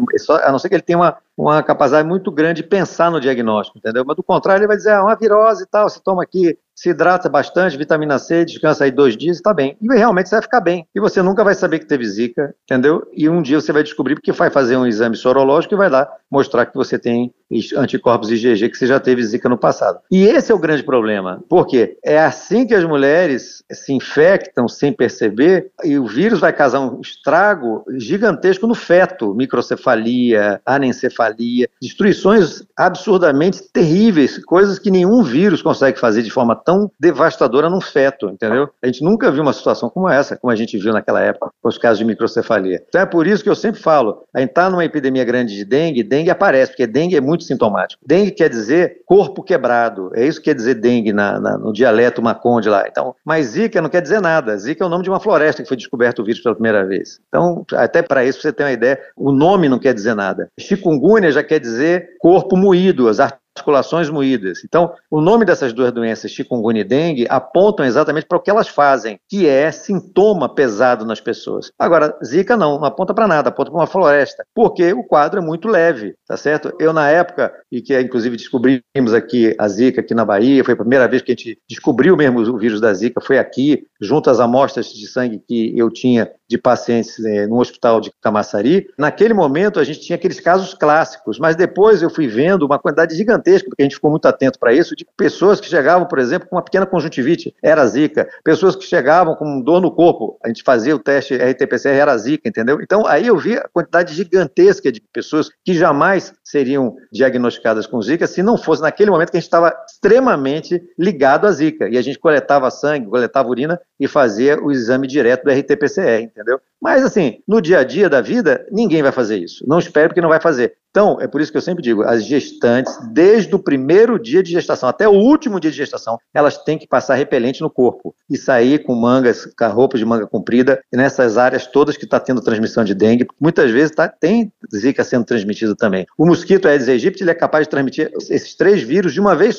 A não ser que ele tenha uma capacidade muito grande de pensar no diagnóstico, entendeu? Mas do contrário, ele vai dizer, uma virose e tal, você toma aqui, se hidrata bastante, vitamina C, descansa aí 2 dias e está bem. E realmente você vai ficar bem. E você nunca vai saber que teve zika, entendeu? E um dia você vai descobrir porque vai fazer um exame sorológico e vai lá mostrar que você tem anticorpos IgG, que você já teve zika no passado. E esse é o grande problema. Por quê? É assim que as mulheres se infectam sem perceber e o vírus vai causar um estrago gigantesco no feto. Microcefalia, anencefalia, destruições absurdamente terríveis, coisas que nenhum vírus consegue fazer de forma tão devastadora num feto, entendeu? A gente nunca viu uma situação como essa, como a gente viu naquela época, com os casos de microcefalia. Então é por isso que eu sempre falo, a gente está numa epidemia grande de dengue aparece, porque dengue é muito sintomático. Dengue quer dizer corpo quebrado, é isso que quer dizer dengue no dialeto Maconde lá. Então, mas zika não quer dizer nada, zika é o nome de uma floresta que foi descoberto o vírus pela primeira vez. Então, até para isso você tem uma ideia, o nome não quer dizer nada. Chikungunya já quer dizer corpo moído, as articulações moídas. Então, o nome dessas duas doenças, chikungunya e dengue, apontam exatamente para o que elas fazem, que é sintoma pesado nas pessoas. Agora, zika não aponta para nada, aponta para uma floresta, porque o quadro é muito leve, tá certo? Eu, na época, e que inclusive descobrimos aqui a zika aqui na Bahia, foi a primeira vez que a gente descobriu mesmo o vírus da zika, foi aqui, junto às amostras de sangue que eu tinha de pacientes no hospital de Camaçari. Naquele momento, a gente tinha aqueles casos clássicos, mas depois eu fui vendo uma quantidade gigantesca, porque a gente ficou muito atento para isso, de pessoas que chegavam, por exemplo, com uma pequena conjuntivite, era zika, pessoas que chegavam com dor no corpo, a gente fazia o teste RT-PCR, era zika, entendeu? Então, aí eu vi a quantidade gigantesca de pessoas que jamais seriam diagnosticadas com zika se não fosse naquele momento que a gente estava extremamente ligado à zika, e a gente coletava sangue, coletava urina e fazia o exame direto do RT-PCR, entendeu? Mas, assim, no dia a dia da vida, ninguém vai fazer isso. Não espero porque não vai fazer. Então, é por isso que eu sempre digo, as gestantes, desde o primeiro dia de gestação até o último dia de gestação, elas têm que passar repelente no corpo e sair com mangas, com roupas de manga comprida, nessas áreas todas que está tendo transmissão de dengue. Muitas vezes tem zika sendo transmitida também. O mosquito Aedes aegypti, ele é capaz de transmitir esses 3 vírus de uma vez só.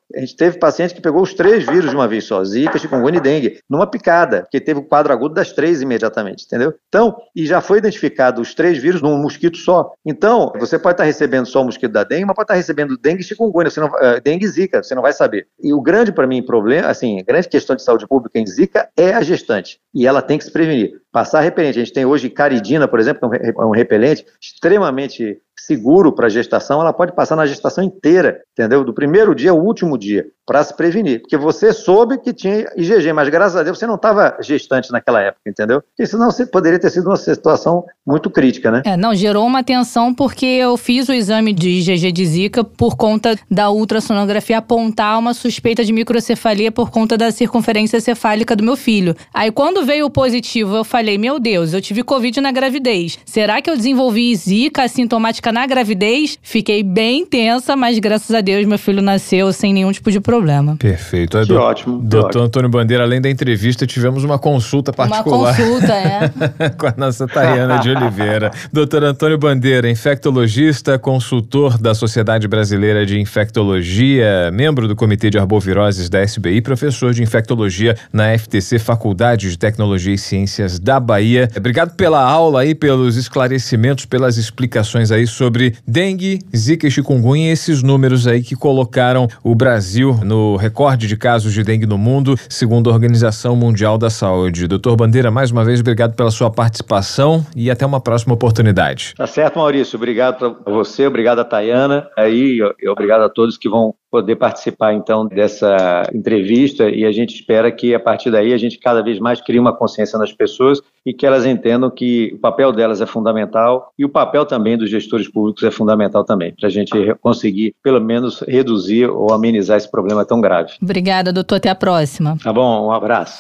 A gente teve paciente que pegou os 3 vírus de uma vez só, Zika, chikungunya e dengue, numa picada, porque teve o quadro agudo das 3 imediatamente, entendeu? Então, e já foi identificado os 3 vírus num mosquito só. Então, você pode estar recebendo só o mosquito da dengue, mas pode estar recebendo dengue e chikungunya, dengue e Zika, você não vai saber. E o grande, para mim, problema, assim, a grande questão de saúde pública em Zika é a gestante, e ela tem que se prevenir. Passar repelente, a gente tem hoje caridina, por exemplo, que é um repelente extremamente seguro para a gestação, ela pode passar na gestação inteira, entendeu? Do primeiro dia ao último dia, para se prevenir. Porque você soube que tinha IgG, mas graças a Deus você não estava gestante naquela época, entendeu? Porque senão você poderia ter sido uma situação muito crítica, né? Não, gerou uma tensão porque eu fiz o exame de IgG de Zika por conta da ultrassonografia apontar uma suspeita de microcefalia por conta da circunferência cefálica do meu filho. Aí quando veio o positivo, eu falei, meu Deus, eu tive Covid na gravidez. Será que eu desenvolvi Zika assintomática na gravidez? Fiquei bem tensa, mas graças a Deus meu filho nasceu sem nenhum tipo de problema. Perfeito. Que ótimo. Doutor Antônio Bandeira, além da entrevista, tivemos uma consulta particular. Uma consulta, com a nossa Tayana de Oliveira. Doutor Antônio Bandeira, infectologista, consultor da Sociedade Brasileira de Infectologia, membro do Comitê de Arboviroses da SBI, professor de infectologia na FTC, Faculdade de Tecnologia e Ciências da Bahia. Obrigado pela aula aí, pelos esclarecimentos, pelas explicações aí sobre dengue, Zika e chikungunya, esses números aí que colocaram o Brasil no recorde de casos de dengue no mundo, segundo a Organização Mundial da Saúde. Doutor Bandeira, mais uma vez, obrigado pela sua participação e até uma próxima oportunidade. Tá certo, Maurício. Obrigado a você, obrigado a Tayana e obrigado a todos que vão poder participar, então, dessa entrevista, e a gente espera que, a partir daí, a gente cada vez mais crie uma consciência nas pessoas e que elas entendam que o papel delas é fundamental e o papel também dos gestores públicos é fundamental também, para a gente conseguir, pelo menos, reduzir ou amenizar esse problema tão grave. Obrigada, doutor. Até a próxima. Tá bom, um abraço.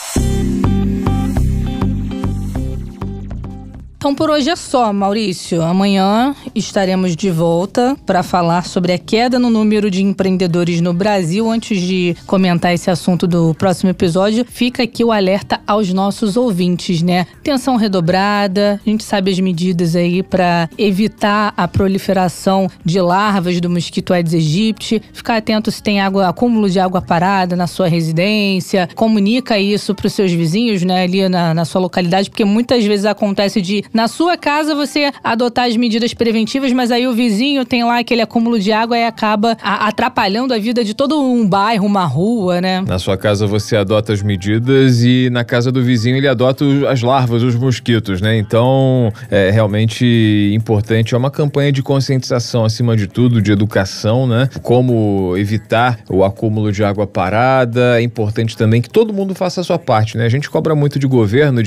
Então por hoje é só, Maurício. Amanhã estaremos de volta para falar sobre a queda no número de empreendedores no Brasil. Antes de comentar esse assunto do próximo episódio, fica aqui o alerta aos nossos ouvintes, né? Atenção redobrada, a gente sabe as medidas aí para evitar a proliferação de larvas do mosquito Aedes aegypti. Ficar atento se tem acúmulo de água parada na sua residência. Comunica isso para os seus vizinhos, né? Ali na sua localidade, porque muitas vezes acontece de na sua casa você adotar as medidas preventivas, mas aí o vizinho tem lá aquele acúmulo de água e acaba atrapalhando a vida de todo um bairro, uma rua, né? Na sua casa você adota as medidas e na casa do vizinho ele adota as larvas, os mosquitos, né? Então, é realmente importante, é uma campanha de conscientização acima de tudo, de educação, né? Como evitar o acúmulo de água parada. É importante também que todo mundo faça a sua parte, né? A gente cobra muito de governo,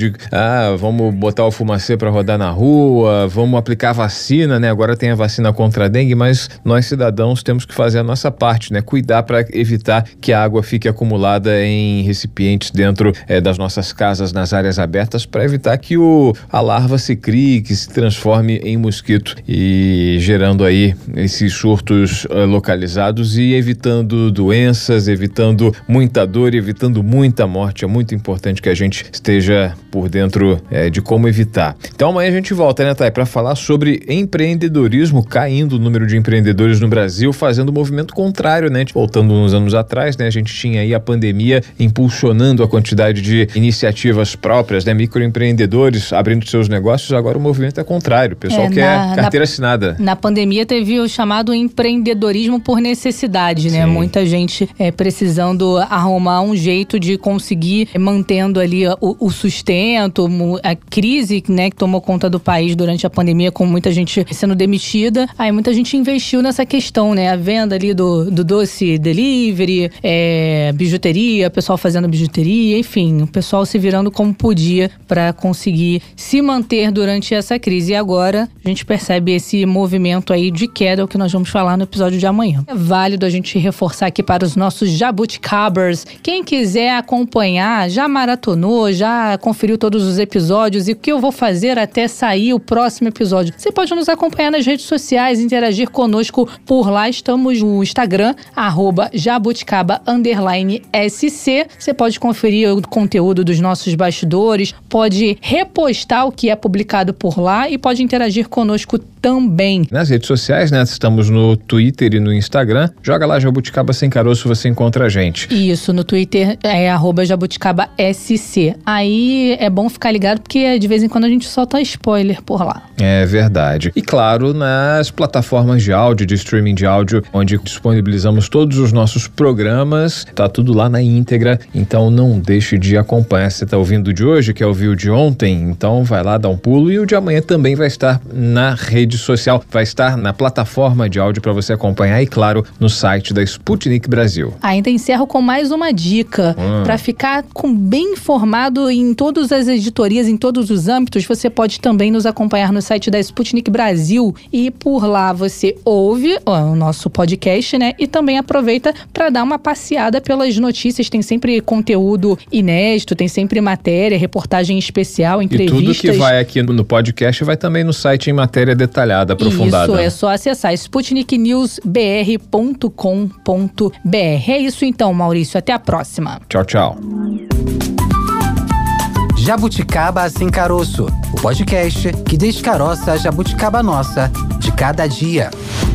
vamos botar o fumacê para rodar na rua, vamos aplicar vacina, né? Agora tem a vacina contra a dengue, mas nós cidadãos temos que fazer a nossa parte, né? Cuidar para evitar que a água fique acumulada em recipientes dentro das nossas casas, nas áreas abertas, para evitar que a larva se crie, que se transforme em mosquito e gerando aí esses surtos localizados e evitando doenças, evitando muita dor, evitando muita morte. É muito importante que a gente esteja por dentro de como evitar. Então amanhã a gente volta, né, Thay, para falar sobre empreendedorismo, caindo o número de empreendedores no Brasil, fazendo o movimento contrário, né? Voltando uns anos atrás, né, a gente tinha aí a pandemia impulsionando a quantidade de iniciativas próprias, né, microempreendedores abrindo seus negócios. Agora o movimento é contrário, o pessoal quer carteira assinada. Na pandemia teve o chamado empreendedorismo por necessidade, né? Sim. Muita gente precisando arrumar um jeito de conseguir mantendo ali o sustento, a crise, né, que tomou conta do país durante a pandemia, com muita gente sendo demitida. Aí muita gente investiu nessa questão, né? A venda ali do doce delivery, bijuteria, pessoal fazendo bijuteria, enfim, o pessoal se virando como podia para conseguir se manter durante essa crise. E agora a gente percebe esse movimento aí de queda, o que nós vamos falar no episódio de amanhã. É válido a gente reforçar aqui para os nossos jabuticabers. Quem quiser acompanhar, já maratonou, já conferiu todos os episódios e o que eu vou fazer até sair o próximo episódio. Você pode nos acompanhar nas redes sociais, interagir conosco por lá. Estamos no Instagram, @jabuticaba_SC. Você pode conferir o conteúdo dos nossos bastidores, pode repostar o que é publicado por lá e pode interagir conosco também. Nas redes sociais, né? Estamos no Twitter e no Instagram. Joga lá Jabuticaba Sem Caroço, você encontra a gente. Isso, no Twitter é @jabuticaba_SC. Aí é bom ficar ligado porque de vez em quando a gente solta spoiler por lá. É verdade. E claro, nas plataformas de áudio, de streaming de áudio, onde disponibilizamos todos os nossos programas, tá tudo lá na íntegra, então não deixe de acompanhar. Você tá ouvindo o de hoje, quer ouvir o de ontem? Então vai lá, dá um pulo, e o de amanhã também vai estar na rede social, vai estar na plataforma de áudio para você acompanhar e, claro, no site da Sputnik Brasil. Ainda encerro com mais uma dica. Para ficar bem informado em todas as editorias, em todos os âmbitos, você pode também nos acompanhar no site da Sputnik Brasil e por lá você ouve o nosso podcast, né? E também aproveita para dar uma passeada pelas notícias. Tem sempre conteúdo inédito, tem sempre matéria, reportagem especial, entrevistas. E tudo que vai aqui no podcast vai também no site em matéria detalhada, aprofundada. Isso, é só acessar sputniknewsbr.com.br. É isso então, Maurício. Até a próxima. Tchau, tchau. Jabuticaba Sem Caroço, o podcast que descaroça a jabuticaba nossa de cada dia.